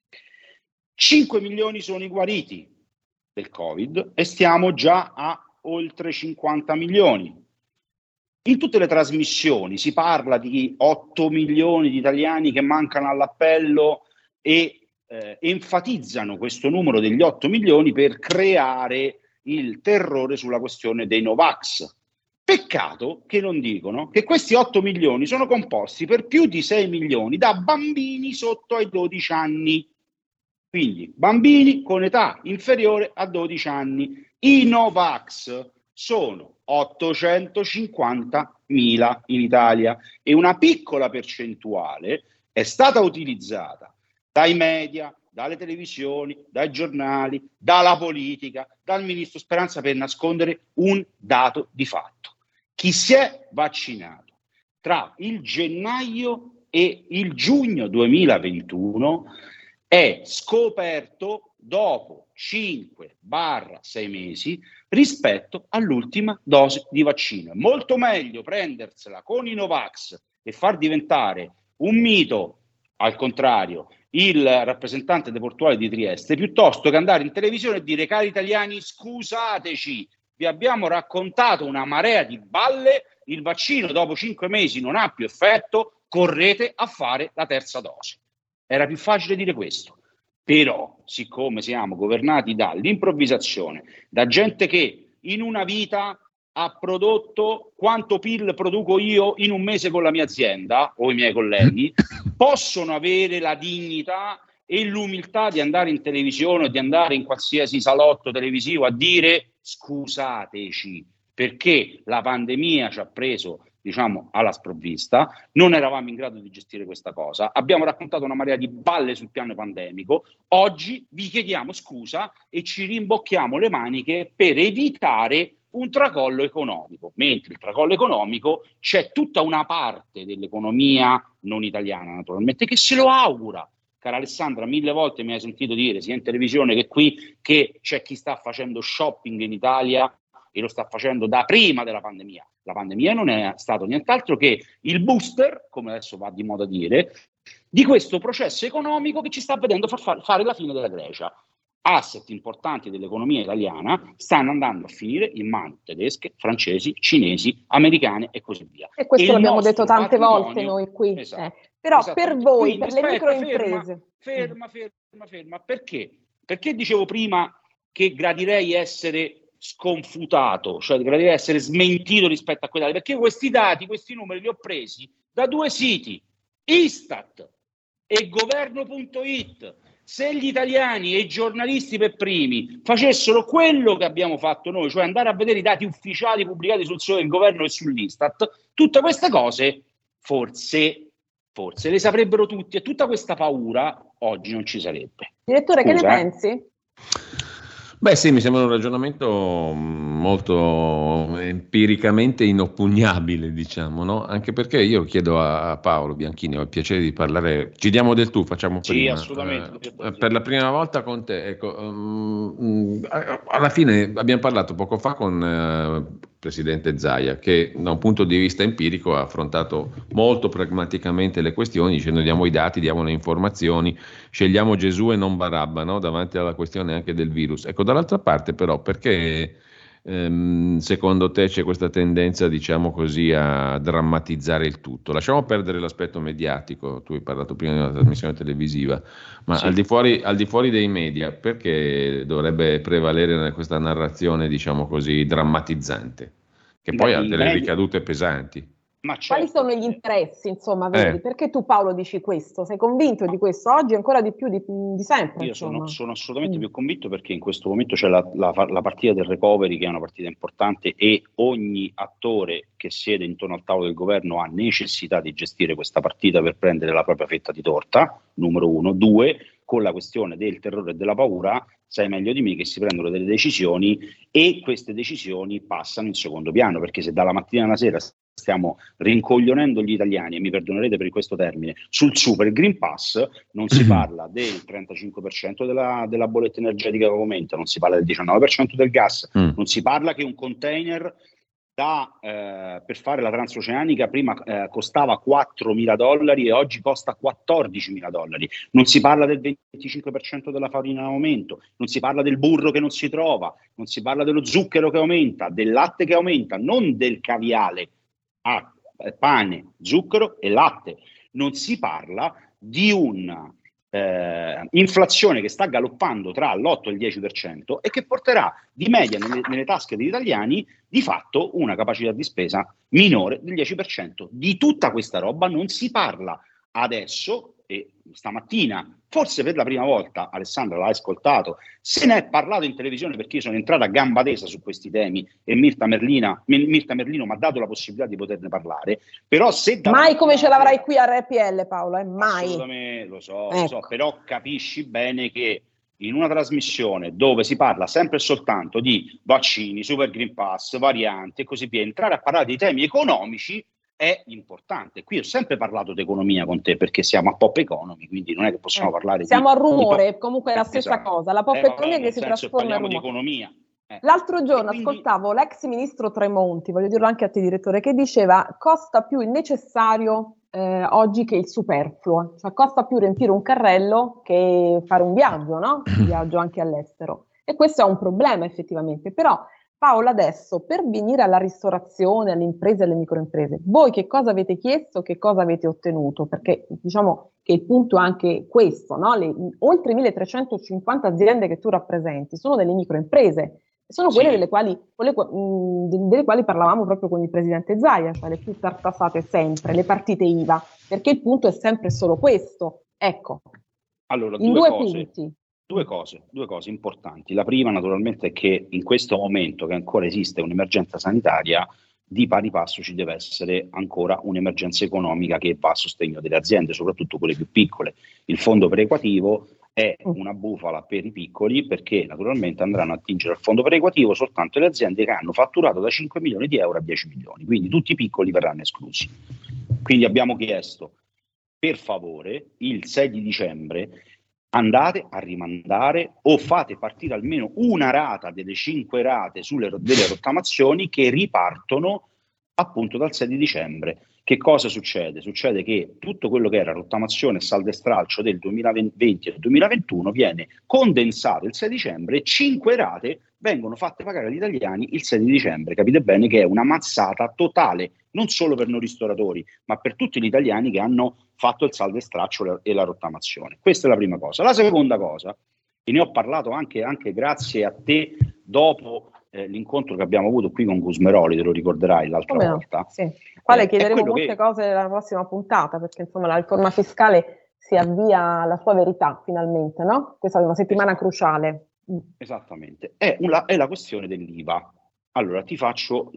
5 milioni sono i guariti del Covid e stiamo già a oltre 50 milioni. In tutte le trasmissioni si parla di 8 milioni di italiani che mancano all'appello e enfatizzano questo numero degli 8 milioni per creare il terrore sulla questione dei Novax. Peccato che non dicono che questi 8 milioni sono composti per più di 6 milioni da bambini sotto ai 12 anni. Quindi bambini con età inferiore a 12 anni. I Novax sono 850.000 in Italia e una piccola percentuale è stata utilizzata dai media, dalle televisioni, dai giornali, dalla politica, dal ministro Speranza per nascondere un dato di fatto. Chi si è vaccinato tra il gennaio e il giugno 2021 è scoperto dopo 5-6 mesi rispetto all'ultima dose di vaccino. È molto meglio prendersela con i Novax e far diventare un mito, al contrario, il rappresentante dei portuali di Trieste, piuttosto che andare in televisione e dire: cari italiani, scusateci, vi abbiamo raccontato una marea di balle, il vaccino dopo 5 mesi non ha più effetto, correte a fare la terza dose. Era più facile dire questo, però siccome siamo governati dall'improvvisazione, da gente che in una vita ha prodotto quanto PIL produco io in un mese con la mia azienda o i miei colleghi, possono avere la dignità e l'umiltà di andare in televisione o di andare in qualsiasi salotto televisivo a dire: scusateci, perché la pandemia ci ha preso, diciamo, alla sprovvista, non eravamo in grado di gestire questa cosa, abbiamo raccontato una marea di balle sul piano pandemico, oggi vi chiediamo scusa e ci rimbocchiamo le maniche per evitare un tracollo economico, mentre il tracollo economico c'è tutta una parte dell'economia non italiana naturalmente che se lo augura. Cara Alessandra, 1000 volte mi hai sentito dire sia in televisione che qui che c'è chi sta facendo shopping in Italia e lo sta facendo da prima della pandemia. La pandemia non è stato nient'altro che il booster, come adesso va di moda dire, di questo processo economico che ci sta vedendo fare la fine della Grecia. Asset importanti dell'economia italiana stanno andando a finire in mani tedesche, francesi, cinesi, americane e così via. E questo l'abbiamo detto tante volte noi qui. Esatto, però per voi, per le microimprese... Ferma. Perché? Perché dicevo prima che gradirei essere sconfutato, cioè gradirei essere smentito rispetto a quei dati? Perché questi dati, questi numeri li ho presi da 2 siti, Istat e governo.it. Se gli italiani e i giornalisti per primi facessero quello che abbiamo fatto noi, cioè andare a vedere i dati ufficiali pubblicati sul sito del governo e sull'Istat, tutte queste cose forse le saprebbero tutti, e tutta questa paura oggi non ci sarebbe. Direttore, che ne pensi? Beh sì, mi sembra un ragionamento molto empiricamente inoppugnabile, diciamo, no? Anche perché io chiedo a Paolo Bianchini, ho il piacere di parlare, ci diamo del tu, facciamo prima. Sì, assolutamente. Per la prima volta con te, ecco, alla fine abbiamo parlato poco fa con il Presidente Zaia, che da un punto di vista empirico ha affrontato molto pragmaticamente le questioni, dicendo diamo i dati, diamo le informazioni, scegliamo Gesù e non Barabba, no? Davanti alla questione anche del virus. Ecco, dall'altra parte però, perché secondo te c'è questa tendenza, diciamo così, a drammatizzare il tutto? Lasciamo perdere l'aspetto mediatico, tu hai parlato prima di una trasmissione televisiva, ma sì, al di fuori dei media, perché dovrebbe prevalere questa narrazione, diciamo così, drammatizzante, che poi ha delle ricadute pesanti? Ma certo. Quali sono gli interessi, insomma, vedi? Perché tu, Paolo, dici questo? Sei convinto di questo oggi ancora di più di sempre? Io sono assolutamente più convinto, perché in questo momento c'è la partita del recovery, che è una partita importante, e ogni attore che siede intorno al tavolo del governo ha necessità di gestire questa partita per prendere la propria fetta di torta, numero 1. 2, con la questione del terrore e della paura, sai meglio di me che si prendono delle decisioni, e queste decisioni passano in secondo piano, perché se dalla mattina alla sera stiamo rincoglionendo gli italiani, e mi perdonerete per questo termine, sul super Green Pass, non si parla del 35% della bolletta energetica che aumenta, non si parla del 19% del gas, non si parla che un container per fare la transoceanica prima costava $4.000 e oggi costa $14.000, non si parla del 25% della farina in aumento, non si parla del burro che non si trova, non si parla dello zucchero che aumenta, del latte che aumenta, non del caviale, pane, zucchero e latte. Non si parla di una inflazione che sta galoppando tra l'8 e il 10% e che porterà di media nelle tasche degli italiani di fatto una capacità di spesa minore del 10%. Di tutta questa roba non si parla adesso, e stamattina, forse per la prima volta, Alessandra l'ha ascoltato, se ne è parlato in televisione, perché io sono entrata a gamba tesa su questi temi e Mirta Merlino mi ha dato la possibilità di poterne parlare. Però se mai come ce l'avrai qui a RPL, Paolo, mai. Assolutamente, lo so, però capisci bene che in una trasmissione dove si parla sempre e soltanto di vaccini, super Green Pass, varianti e così via, entrare a parlare di temi economici è importante. Qui ho sempre parlato di economia con te, perché siamo a pop economy, quindi non è che possiamo parlare siamo a rumore, comunque è la stessa cosa, la pop economy che si trasforma in rumore. Di economia. L'altro giorno ascoltavo l'ex ministro Tremonti, voglio dirlo anche a te, direttore, che diceva costa più il necessario oggi che il superfluo, cioè costa più riempire un carrello che fare un viaggio, no? Un viaggio anche all'estero, e questo è un problema effettivamente. Però Paola, adesso per venire alla ristorazione, alle imprese e alle microimprese, voi che cosa avete chiesto, che cosa avete ottenuto? Perché diciamo che il punto è anche questo, no? Oltre 1350 aziende che tu rappresenti sono delle microimprese, sono quelle delle quali parlavamo proprio con il Presidente Zaia, cioè le più tartassate sempre, le partite IVA, perché il punto è sempre solo questo. Ecco, allora, in due punti. Due cose importanti. La prima naturalmente è che in questo momento che ancora esiste un'emergenza sanitaria, di pari passo ci deve essere ancora un'emergenza economica che va a sostegno delle aziende, soprattutto quelle più piccole. Il fondo perequativo è una bufala per i piccoli, perché naturalmente andranno a attingere al fondo perequativo soltanto le aziende che hanno fatturato da 5 milioni di euro a 10 milioni, quindi tutti i piccoli verranno esclusi. Quindi abbiamo chiesto, per favore, il 6 di dicembre andate a rimandare o fate partire almeno una rata delle 5 rate delle rottamazioni che ripartono appunto dal 6 di dicembre. Che cosa succede? Succede che tutto quello che era rottamazione e saldo e stralcio del 2020 e 2021 viene condensato il 6 dicembre e 5 rate vengono fatte pagare agli italiani il 6 di dicembre. Capite bene che è una mazzata totale, non solo per noi ristoratori, ma per tutti gli italiani che hanno fatto il saldo e stralcio e la rottamazione. Questa è la prima cosa. La seconda cosa, e ne ho parlato anche grazie a te dopo l'incontro che abbiamo avuto qui con Gusmeroli, te lo ricorderai l'altra volta. Sì. Quale chiederemo molte cose nella prossima puntata, perché insomma la riforma fiscale si avvia alla sua verità finalmente, no? Questa è una settimana cruciale. Esattamente, è la questione dell'IVA. Allora ti faccio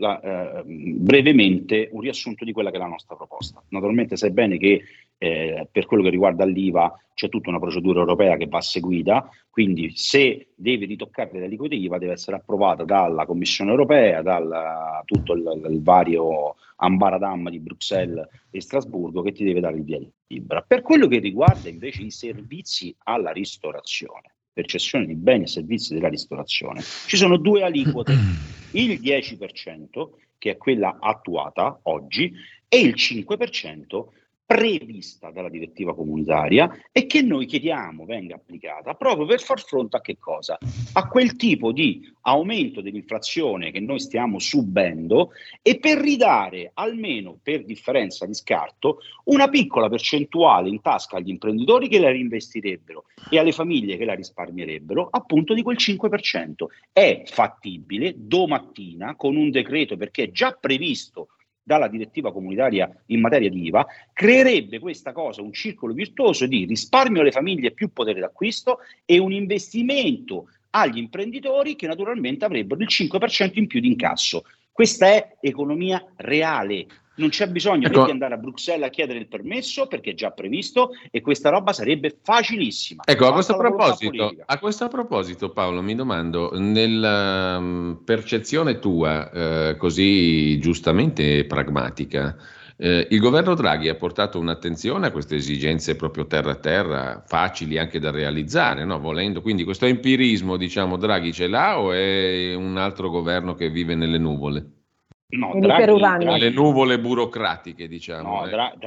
brevemente un riassunto di quella che è la nostra proposta. Naturalmente sai bene che per quello che riguarda l'IVA c'è tutta una procedura europea che va seguita, quindi se deve ritoccare le aliquote IVA deve essere approvata dalla Commissione europea, dal tutto il vario ambaradam di Bruxelles e Strasburgo che ti deve dare il via libera. Per quello che riguarda invece i servizi alla ristorazione, percezione di beni e servizi della ristorazione, ci sono due aliquote, il 10% che è quella attuata oggi e il 5% prevista dalla direttiva comunitaria e che noi chiediamo venga applicata proprio per far fronte a che cosa? A quel tipo di aumento dell'inflazione che noi stiamo subendo e per ridare, almeno per differenza di scarto, una piccola percentuale in tasca agli imprenditori che la reinvestirebbero e alle famiglie che la risparmierebbero, appunto di quel 5%. È fattibile domattina con un decreto, perché è già previsto dalla direttiva comunitaria in materia di IVA, creerebbe questa cosa un circolo virtuoso di risparmio alle famiglie e più potere d'acquisto e un investimento agli imprenditori che naturalmente avrebbero il 5% in più di incasso. Questa è economia reale. Non c'è bisogno di andare a Bruxelles a chiedere il permesso perché è già previsto e questa roba sarebbe facilissima. Ecco, a questo proposito, Paolo, mi domando, nella percezione tua, così giustamente pragmatica, il governo Draghi ha portato un'attenzione a queste esigenze proprio terra a terra, facili anche da realizzare, no? Volendo, quindi questo empirismo, diciamo, Draghi ce l'ha o è un altro governo che vive nelle nuvole? No, Draghi, le nuvole burocratiche, diciamo. No,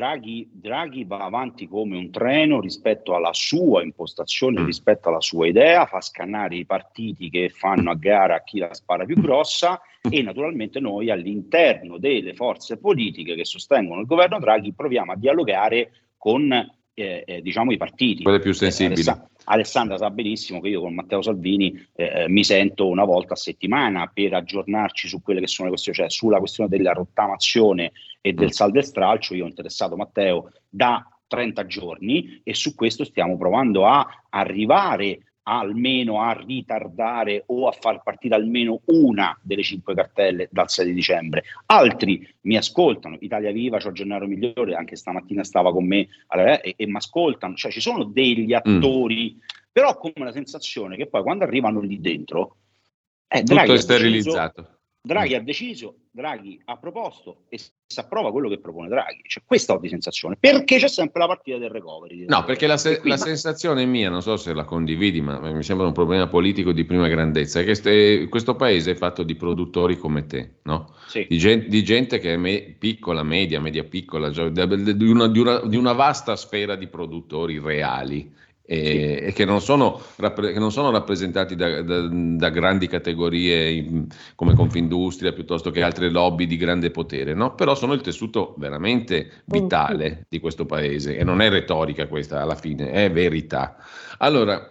Draghi va avanti come un treno rispetto alla sua impostazione, rispetto alla sua idea, fa scannare i partiti che fanno a gara a chi la spara più grossa e naturalmente noi all'interno delle forze politiche che sostengono il governo Draghi proviamo a dialogare con diciamo i partiti. Quelle più sensibili. Alessandra sa benissimo che io con Matteo Salvini mi sento una volta a settimana per aggiornarci su quelle che sono le questioni, cioè sulla questione della rottamazione e del saldo e stralcio. Io ho interessato Matteo da 30 giorni e su questo stiamo provando a arrivare almeno a ritardare o a far partire almeno una delle 5 cartelle dal 6 di dicembre. Altri mi ascoltano, Italia Viva, c'ho Gennaro Migliore, anche stamattina stava con me e mi ascoltano, cioè ci sono degli attori, però ho come la sensazione che poi quando arrivano lì dentro tutto è sterilizzato. Draghi ha deciso, Draghi ha proposto e si approva quello che propone Draghi. Cioè, questa ho di sensazione, perché c'è sempre la partita del recovery. No, perché la sensazione mia, non so se la condividi, ma mi sembra un problema politico di prima grandezza, è che questo paese è fatto di produttori come te, no? Sì. Di gente che è piccola, media piccola, cioè di una vasta sfera di produttori reali. E che non sono rappresentati da grandi categorie come Confindustria piuttosto che altre lobby di grande potere, no? Però sono il tessuto veramente vitale di questo paese e non è retorica questa, alla fine è verità. Allora,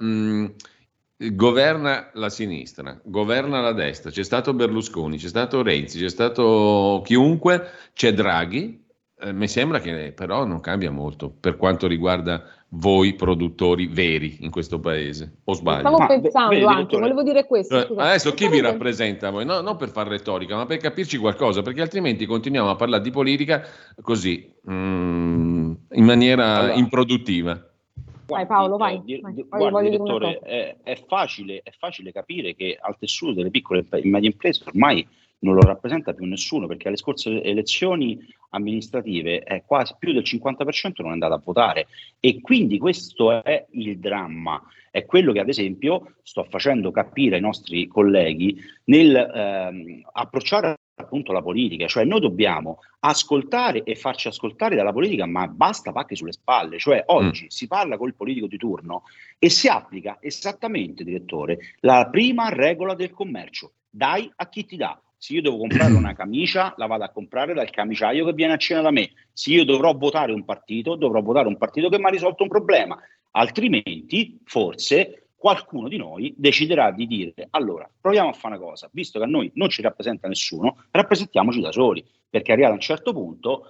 governa la sinistra, governa la destra, c'è stato Berlusconi, c'è stato Renzi, c'è stato chiunque, c'è Draghi. Mi sembra che però non cambia molto per quanto riguarda voi produttori veri in questo paese, o sbaglio? Stavo pensando anche, volevo dire questo. Adesso chi vi rappresenta voi? No, non per fare retorica, ma per capirci qualcosa, perché altrimenti continuiamo a parlare di politica così, in maniera improduttiva. Vai Paolo, vai. Guarda, direttore, è facile capire che al tessuto delle piccole e medie imprese ormai non lo rappresenta più nessuno, perché alle scorse elezioni amministrative quasi più del 50% non è andato a votare e quindi questo è il dramma. È quello che ad esempio sto facendo capire ai nostri colleghi nel approcciare appunto la politica, cioè noi dobbiamo ascoltare e farci ascoltare dalla politica, ma basta pacche sulle spalle, cioè oggi si parla col politico di turno e si applica esattamente, direttore, la prima regola del commercio: dai a chi ti dà. Se io devo comprare una camicia, la vado a comprare dal camiciaio che viene a cena da me. Se io dovrò votare un partito, dovrò votare un partito che mi ha risolto un problema, altrimenti forse qualcuno di noi deciderà di dire: allora proviamo a fare una cosa, visto che a noi non ci rappresenta nessuno, rappresentiamoci da soli, perché arrivato a un certo punto,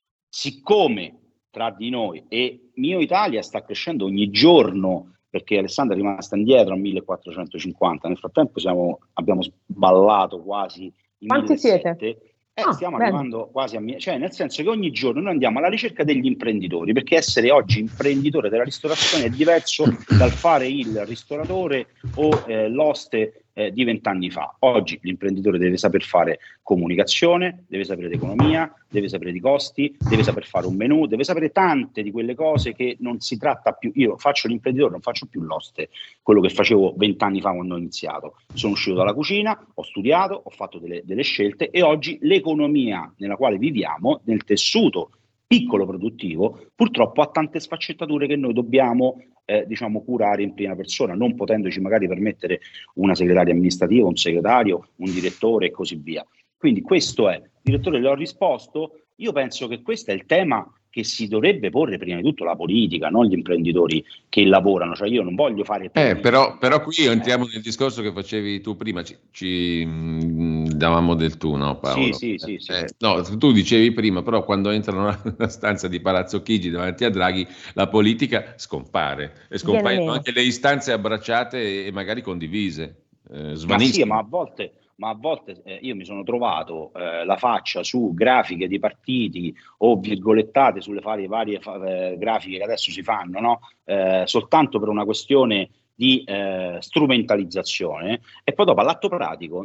siccome tra di noi e Mio Italia sta crescendo ogni giorno, perché Alessandra è rimasta indietro a 1450, nel frattempo abbiamo sballato quasi i Quanti 1700. siete? Stiamo arrivando quasi a cioè nel senso che ogni giorno noi andiamo alla ricerca degli imprenditori, perché essere oggi imprenditore della ristorazione è diverso dal fare il ristoratore o l'oste di 20 anni fa. Oggi l'imprenditore deve saper fare comunicazione, deve sapere di economia, deve sapere di costi, deve saper fare un menù, deve sapere tante di quelle cose che non si tratta più. Io faccio l'imprenditore, non faccio più l'oste, quello che facevo 20 anni fa quando ho iniziato. Sono uscito dalla cucina, ho studiato, ho fatto delle scelte e oggi l'economia nella quale viviamo, nel tessuto piccolo produttivo, purtroppo ha tante sfaccettature che noi dobbiamo curare in prima persona, non potendoci magari permettere una segretaria amministrativa, un segretario, un direttore e così via. Quindi questo è, direttore, le ho risposto. Io penso che questo è il tema che si dovrebbe porre prima di tutto la politica, non gli imprenditori che lavorano. Cioè io non voglio fare però qui entriamo nel discorso che facevi tu prima, ci davamo del tu, no Paolo? Sì. No, tu dicevi prima, però quando entrano nella stanza di Palazzo Chigi davanti a Draghi, la politica scompare, e scompaiono anche le istanze abbracciate e magari condivise, svaniscono. Ma a volte io mi sono trovato la faccia su grafiche di partiti o virgolettate sulle varie grafiche che adesso si fanno, no? Soltanto per una questione di strumentalizzazione, e poi dopo all'atto pratico,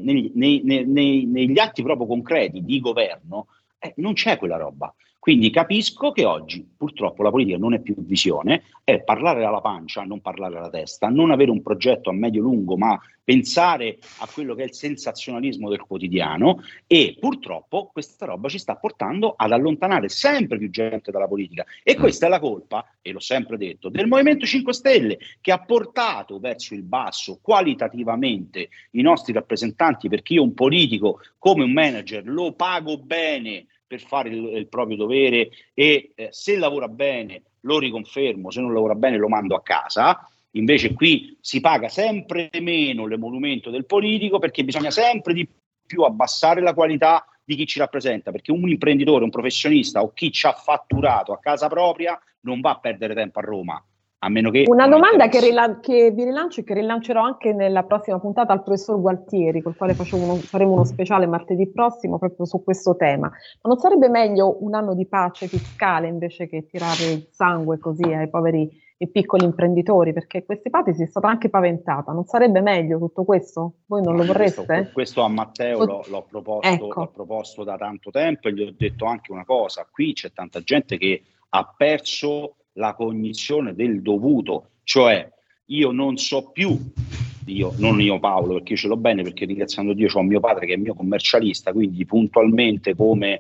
negli atti proprio concreti di governo, non c'è quella roba. Quindi capisco che oggi purtroppo la politica non è più visione, è parlare alla pancia, non parlare alla testa, non avere un progetto a medio-lungo, ma pensare a quello che è il sensazionalismo del quotidiano, e purtroppo questa roba ci sta portando ad allontanare sempre più gente dalla politica. E questa è la colpa, e l'ho sempre detto, del Movimento 5 Stelle, che ha portato verso il basso qualitativamente i nostri rappresentanti, perché io un politico come un manager lo pago bene per fare il proprio dovere e se lavora bene lo riconfermo, se non lavora bene lo mando a casa. Invece qui si paga sempre meno l'emolumento del politico, perché bisogna sempre di più abbassare la qualità di chi ci rappresenta, perché un imprenditore, un professionista o chi ci ha fatturato a casa propria non va a perdere tempo a Roma. A meno che una domanda che vi rilancio e che rilancerò anche nella prossima puntata al professor Gualtieri, col quale faremo uno speciale martedì prossimo proprio su questo tema. Ma non sarebbe meglio un anno di pace fiscale invece che tirare il sangue così ai poveri e piccoli imprenditori? Perché questa ipotesi è stata anche paventata. Non sarebbe meglio tutto questo? Voi non lo vorreste? Questo a Matteo l'ho proposto da tanto tempo, e gli ho detto anche una cosa: qui c'è tanta gente che ha perso la cognizione del dovuto, cioè io non so più, non io Paolo, perché io ce l'ho bene, perché ringraziando Dio c'ho mio padre che è mio commercialista, quindi puntualmente come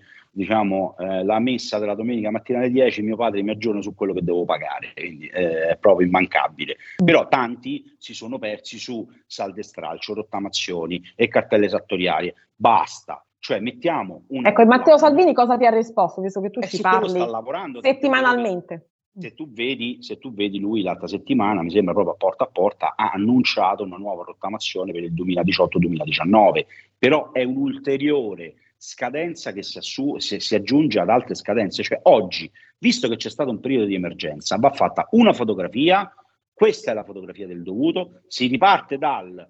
la messa della domenica mattina alle 10 mio padre mi aggiorna su quello che devo pagare, quindi è proprio immancabile. Però tanti si sono persi su saldo e stralcio, rottamazioni e cartelle esattoriali. Basta. Cioè mettiamo Ecco, e Matteo Salvini cosa ti ha risposto, visto che tu ci parli sta lavorando settimanalmente? Se tu vedi lui l'altra settimana, mi sembra proprio a porta, ha annunciato una nuova rottamazione per il 2018-2019, però è un'ulteriore scadenza che si aggiunge ad altre scadenze. Cioè oggi, visto che c'è stato un periodo di emergenza, va fatta una fotografia, questa è la fotografia del dovuto, si riparte dal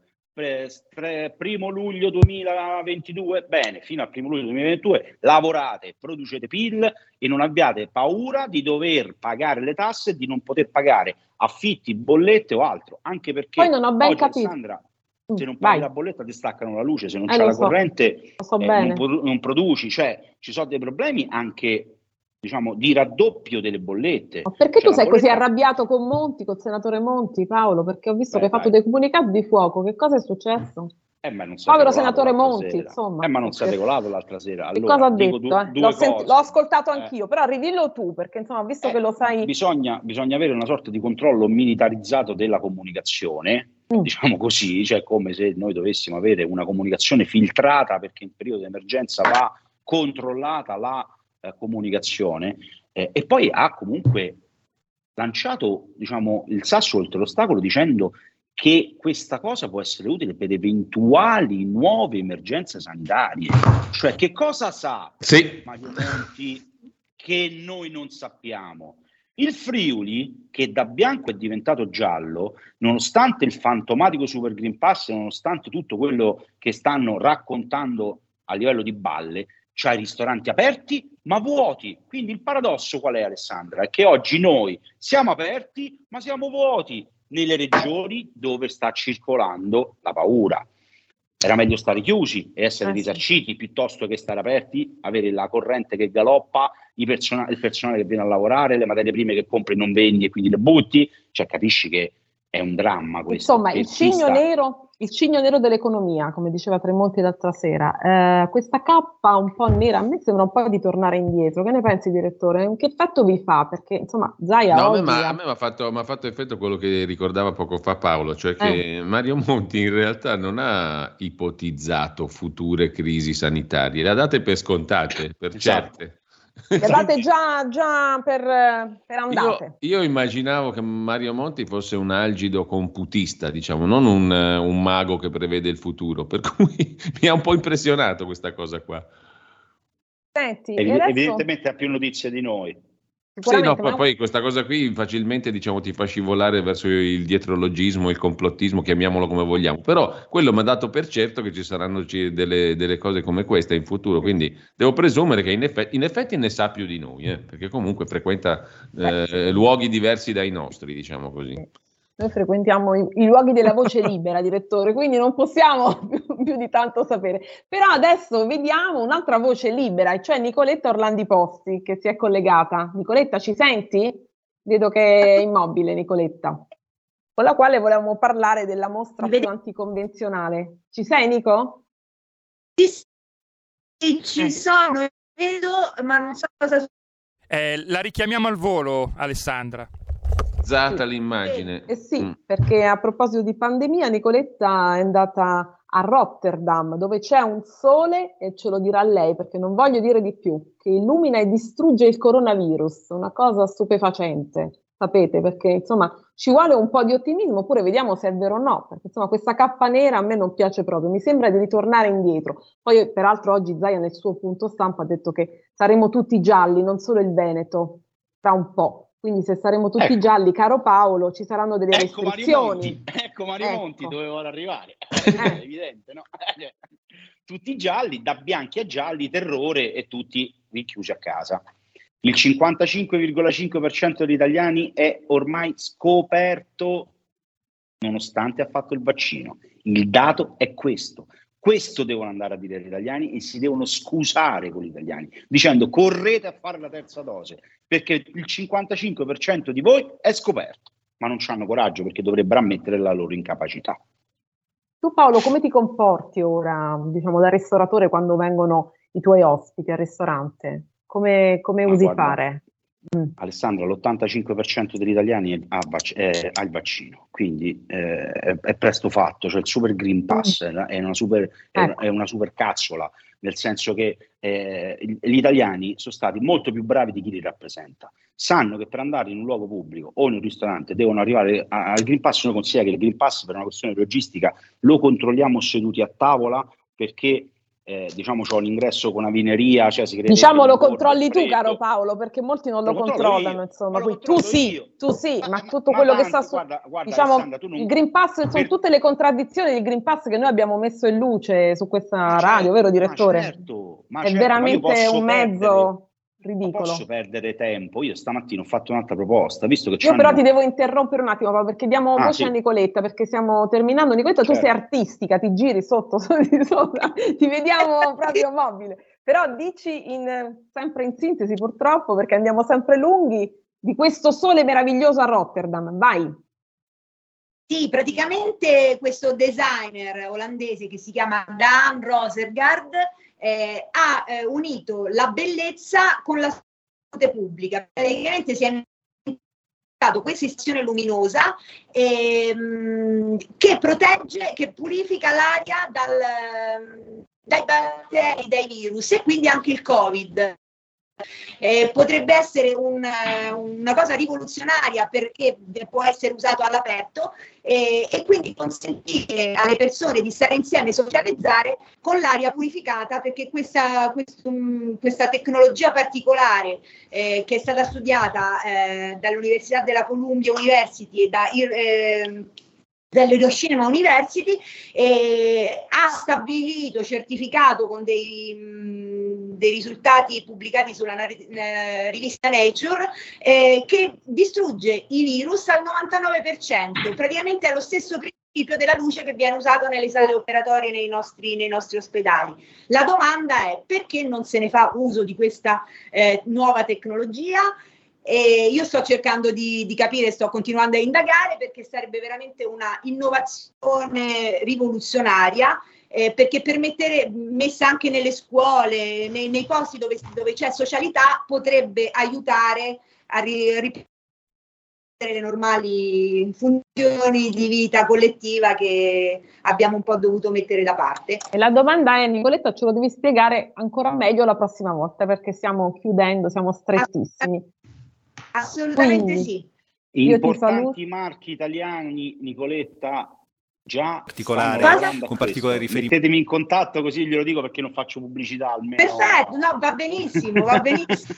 1 luglio 2022, bene, fino al 1 luglio 2022 lavorate, producete PIL e non abbiate paura di dover pagare le tasse, di non poter pagare affitti, bollette o altro, anche perché poi non ho ben oggi, capito. Alessandra, se non paghi la bolletta ti staccano la luce, se non c'è la corrente non produci, cioè ci sono dei problemi anche di raddoppio delle bollette. Ma perché tu sei così arrabbiato con Monti, col senatore Monti, Paolo? Perché ho visto che hai fatto dei comunicati di fuoco. Che cosa è successo? Ma non povero senatore Monti, insomma. Ma non si è regolato l'altra sera. Che Allora, cosa ha detto? L'ho ascoltato anch'io, però ridillo tu, perché insomma, visto che lo sai... Bisogna avere una sorta di controllo militarizzato della comunicazione, diciamo così, cioè come se noi dovessimo avere una comunicazione filtrata, perché in periodo di emergenza va controllata la comunicazione, e poi ha comunque lanciato, diciamo, il sasso oltre l'ostacolo dicendo che questa cosa può essere utile per eventuali nuove emergenze sanitarie. Cioè, che cosa sa Mario Monti che noi non sappiamo? Il Friuli, che da bianco è diventato giallo, nonostante il fantomatico Super Green Pass, nonostante tutto quello che stanno raccontando a livello di balle, c'ha i ristoranti aperti ma vuoti. Quindi il paradosso qual è, Alessandra? È che oggi noi siamo aperti ma siamo vuoti nelle regioni dove sta circolando la paura. Era meglio stare chiusi e essere risarciti piuttosto che stare aperti, avere la corrente che galoppa, il personale che viene a lavorare, le materie prime che compri e non vendi e quindi le butti. Cioè, capisci che è un dramma questo. Insomma, il cigno nero dell'economia, come diceva Tremonti l'altra sera. Questa cappa un po' nera, a me sembra un po' di tornare indietro. Che ne pensi, direttore? Che effetto vi fa? Perché, insomma, Zaia no, oggi... a me mi ha fatto effetto quello che ricordava poco fa Paolo, cioè che Mario Monti in realtà non ha ipotizzato future crisi sanitarie, le ha date per scontate, per certe. Le date già per andate. Io immaginavo che Mario Monti fosse un algido computista, diciamo, non un mago che prevede il futuro, per cui mi ha un po' impressionato questa cosa qua. Senti, evidentemente ha più notizie di noi. Sì, no, poi questa cosa qui facilmente, diciamo, ti fa scivolare verso il dietrologismo, il complottismo, chiamiamolo come vogliamo, però quello mi ha dato per certo che ci saranno delle cose come questa in futuro, quindi devo presumere che in effetti ne sa più di noi, perché comunque frequenta luoghi diversi dai nostri, diciamo così. Noi frequentiamo i luoghi della voce libera, direttore, quindi non possiamo più di tanto sapere. Però adesso vediamo un'altra voce libera, cioè Nicoletta Orlandi Posti, che si è collegata. Nicoletta, ci senti? Vedo che è immobile, Nicoletta. Con la quale volevamo parlare della mostra più anticonvenzionale. Ci sei, Nico? Sì, ci sono, vedo, ma non so cosa... La richiamiamo al volo, Alessandra. L'immagine. Sì, perché a proposito di pandemia, Nicoletta è andata a Rotterdam, dove c'è un sole, e ce lo dirà lei, perché non voglio dire di più, che illumina e distrugge il coronavirus, una cosa stupefacente, sapete, perché insomma ci vuole un po' di ottimismo, oppure vediamo se è vero o no, perché insomma questa cappa nera a me non piace proprio, mi sembra di ritornare indietro. Poi peraltro oggi Zaia nel suo punto stampa ha detto che saremo tutti gialli, non solo il Veneto, tra un po'. Quindi se saremo tutti gialli, caro Paolo, ci saranno delle restrizioni. Mario Monti dove vuole arrivare. È evidente, no? Tutti gialli, da bianchi a gialli, terrore e tutti rinchiusi a casa. Il 55,5% degli italiani è ormai scoperto nonostante ha fatto il vaccino. Il dato è questo. Questo devono andare a dire agli italiani e si devono scusare con gli italiani, dicendo correte a fare la terza dose, perché il 55% di voi è scoperto, ma non hanno coraggio perché dovrebbero ammettere la loro incapacità. Tu Paolo, come ti comporti ora, diciamo, da ristoratore quando vengono i tuoi ospiti al ristorante? Come usi fare? Alessandra, l'85% degli italiani ha il vaccino, quindi è presto fatto, cioè il Super Green Pass è una super cazzola, nel senso che gli italiani sono stati molto più bravi di chi li rappresenta, sanno che per andare in un luogo pubblico o in un ristorante devono arrivare al Green Pass. Noi consideriamo che il Green Pass per una questione logistica lo controlliamo seduti a tavola, perché diciamo c'ho l'ingresso con una vineria, cioè si crede, diciamo lo controlli tu, caro Paolo, perché molti non lo controllano, insomma. Tu sì, ma tutto quello che sta su, guarda, diciamo, non... il Green Pass, sono tutte le contraddizioni del Green Pass che noi abbiamo messo in luce su questa radio, vero direttore? È veramente un mezzo ridicolo. Posso perdere tempo. Io stamattina ho fatto un'altra proposta, visto che io però ti devo interrompere un attimo, Paolo, perché diamo voce a Nicoletta, perché stiamo terminando. Nicoletta, tu sei artistica, ti giri sotto di sopra, ti vediamo proprio mobile. Però dici sempre in sintesi, purtroppo, perché andiamo sempre lunghi, di questo sole meraviglioso a Rotterdam. Vai. Sì, praticamente questo designer olandese che si chiama Daan Rosengard ha unito la bellezza con la salute pubblica. Praticamente si è inventato questa istituzione luminosa che protegge, che purifica l'aria dai batteri, dai virus e quindi anche il Covid. Potrebbe essere una cosa rivoluzionaria perché può essere usato all'aperto e quindi consentire alle persone di stare insieme e socializzare con l'aria purificata, perché questa tecnologia particolare che è stata studiata dall'Università della Columbia University e dall'Hiroshima University ha stabilito, certificato con dei risultati pubblicati sulla rivista Nature che distrugge i virus al 99%, praticamente è lo stesso principio della luce che viene usato nelle sale operatorie nei nostri ospedali. La domanda è: perché non se ne fa uso di questa nuova tecnologia? Io sto cercando di capire, sto continuando a indagare, perché sarebbe veramente una innovazione rivoluzionaria, perché messa anche nelle scuole, nei posti dove c'è socialità, potrebbe aiutare a riprendere le normali funzioni di vita collettiva che abbiamo un po' dovuto mettere da parte. E la domanda è, Nicoletta, ce lo devi spiegare ancora meglio la prossima volta, perché stiamo chiudendo, siamo strettissimi. Assolutamente Quindi, sì. Importanti marchi italiani, Nicoletta, già con particolari riferimenti. Mettetemi in contatto, così glielo dico, perché non faccio pubblicità almeno. Perfetto, no, va benissimo, va benissimo.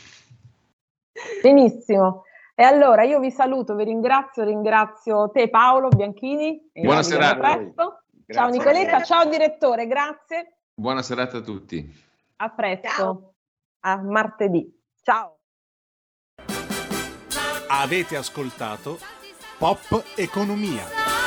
Benissimo. E allora io vi saluto, vi ringrazio te Paolo Bianchini. Buona serata. Presto. Ciao Nicoletta, ciao direttore, grazie. Buona serata a tutti. A presto, ciao. A martedì. Ciao. Avete ascoltato Pop Economia.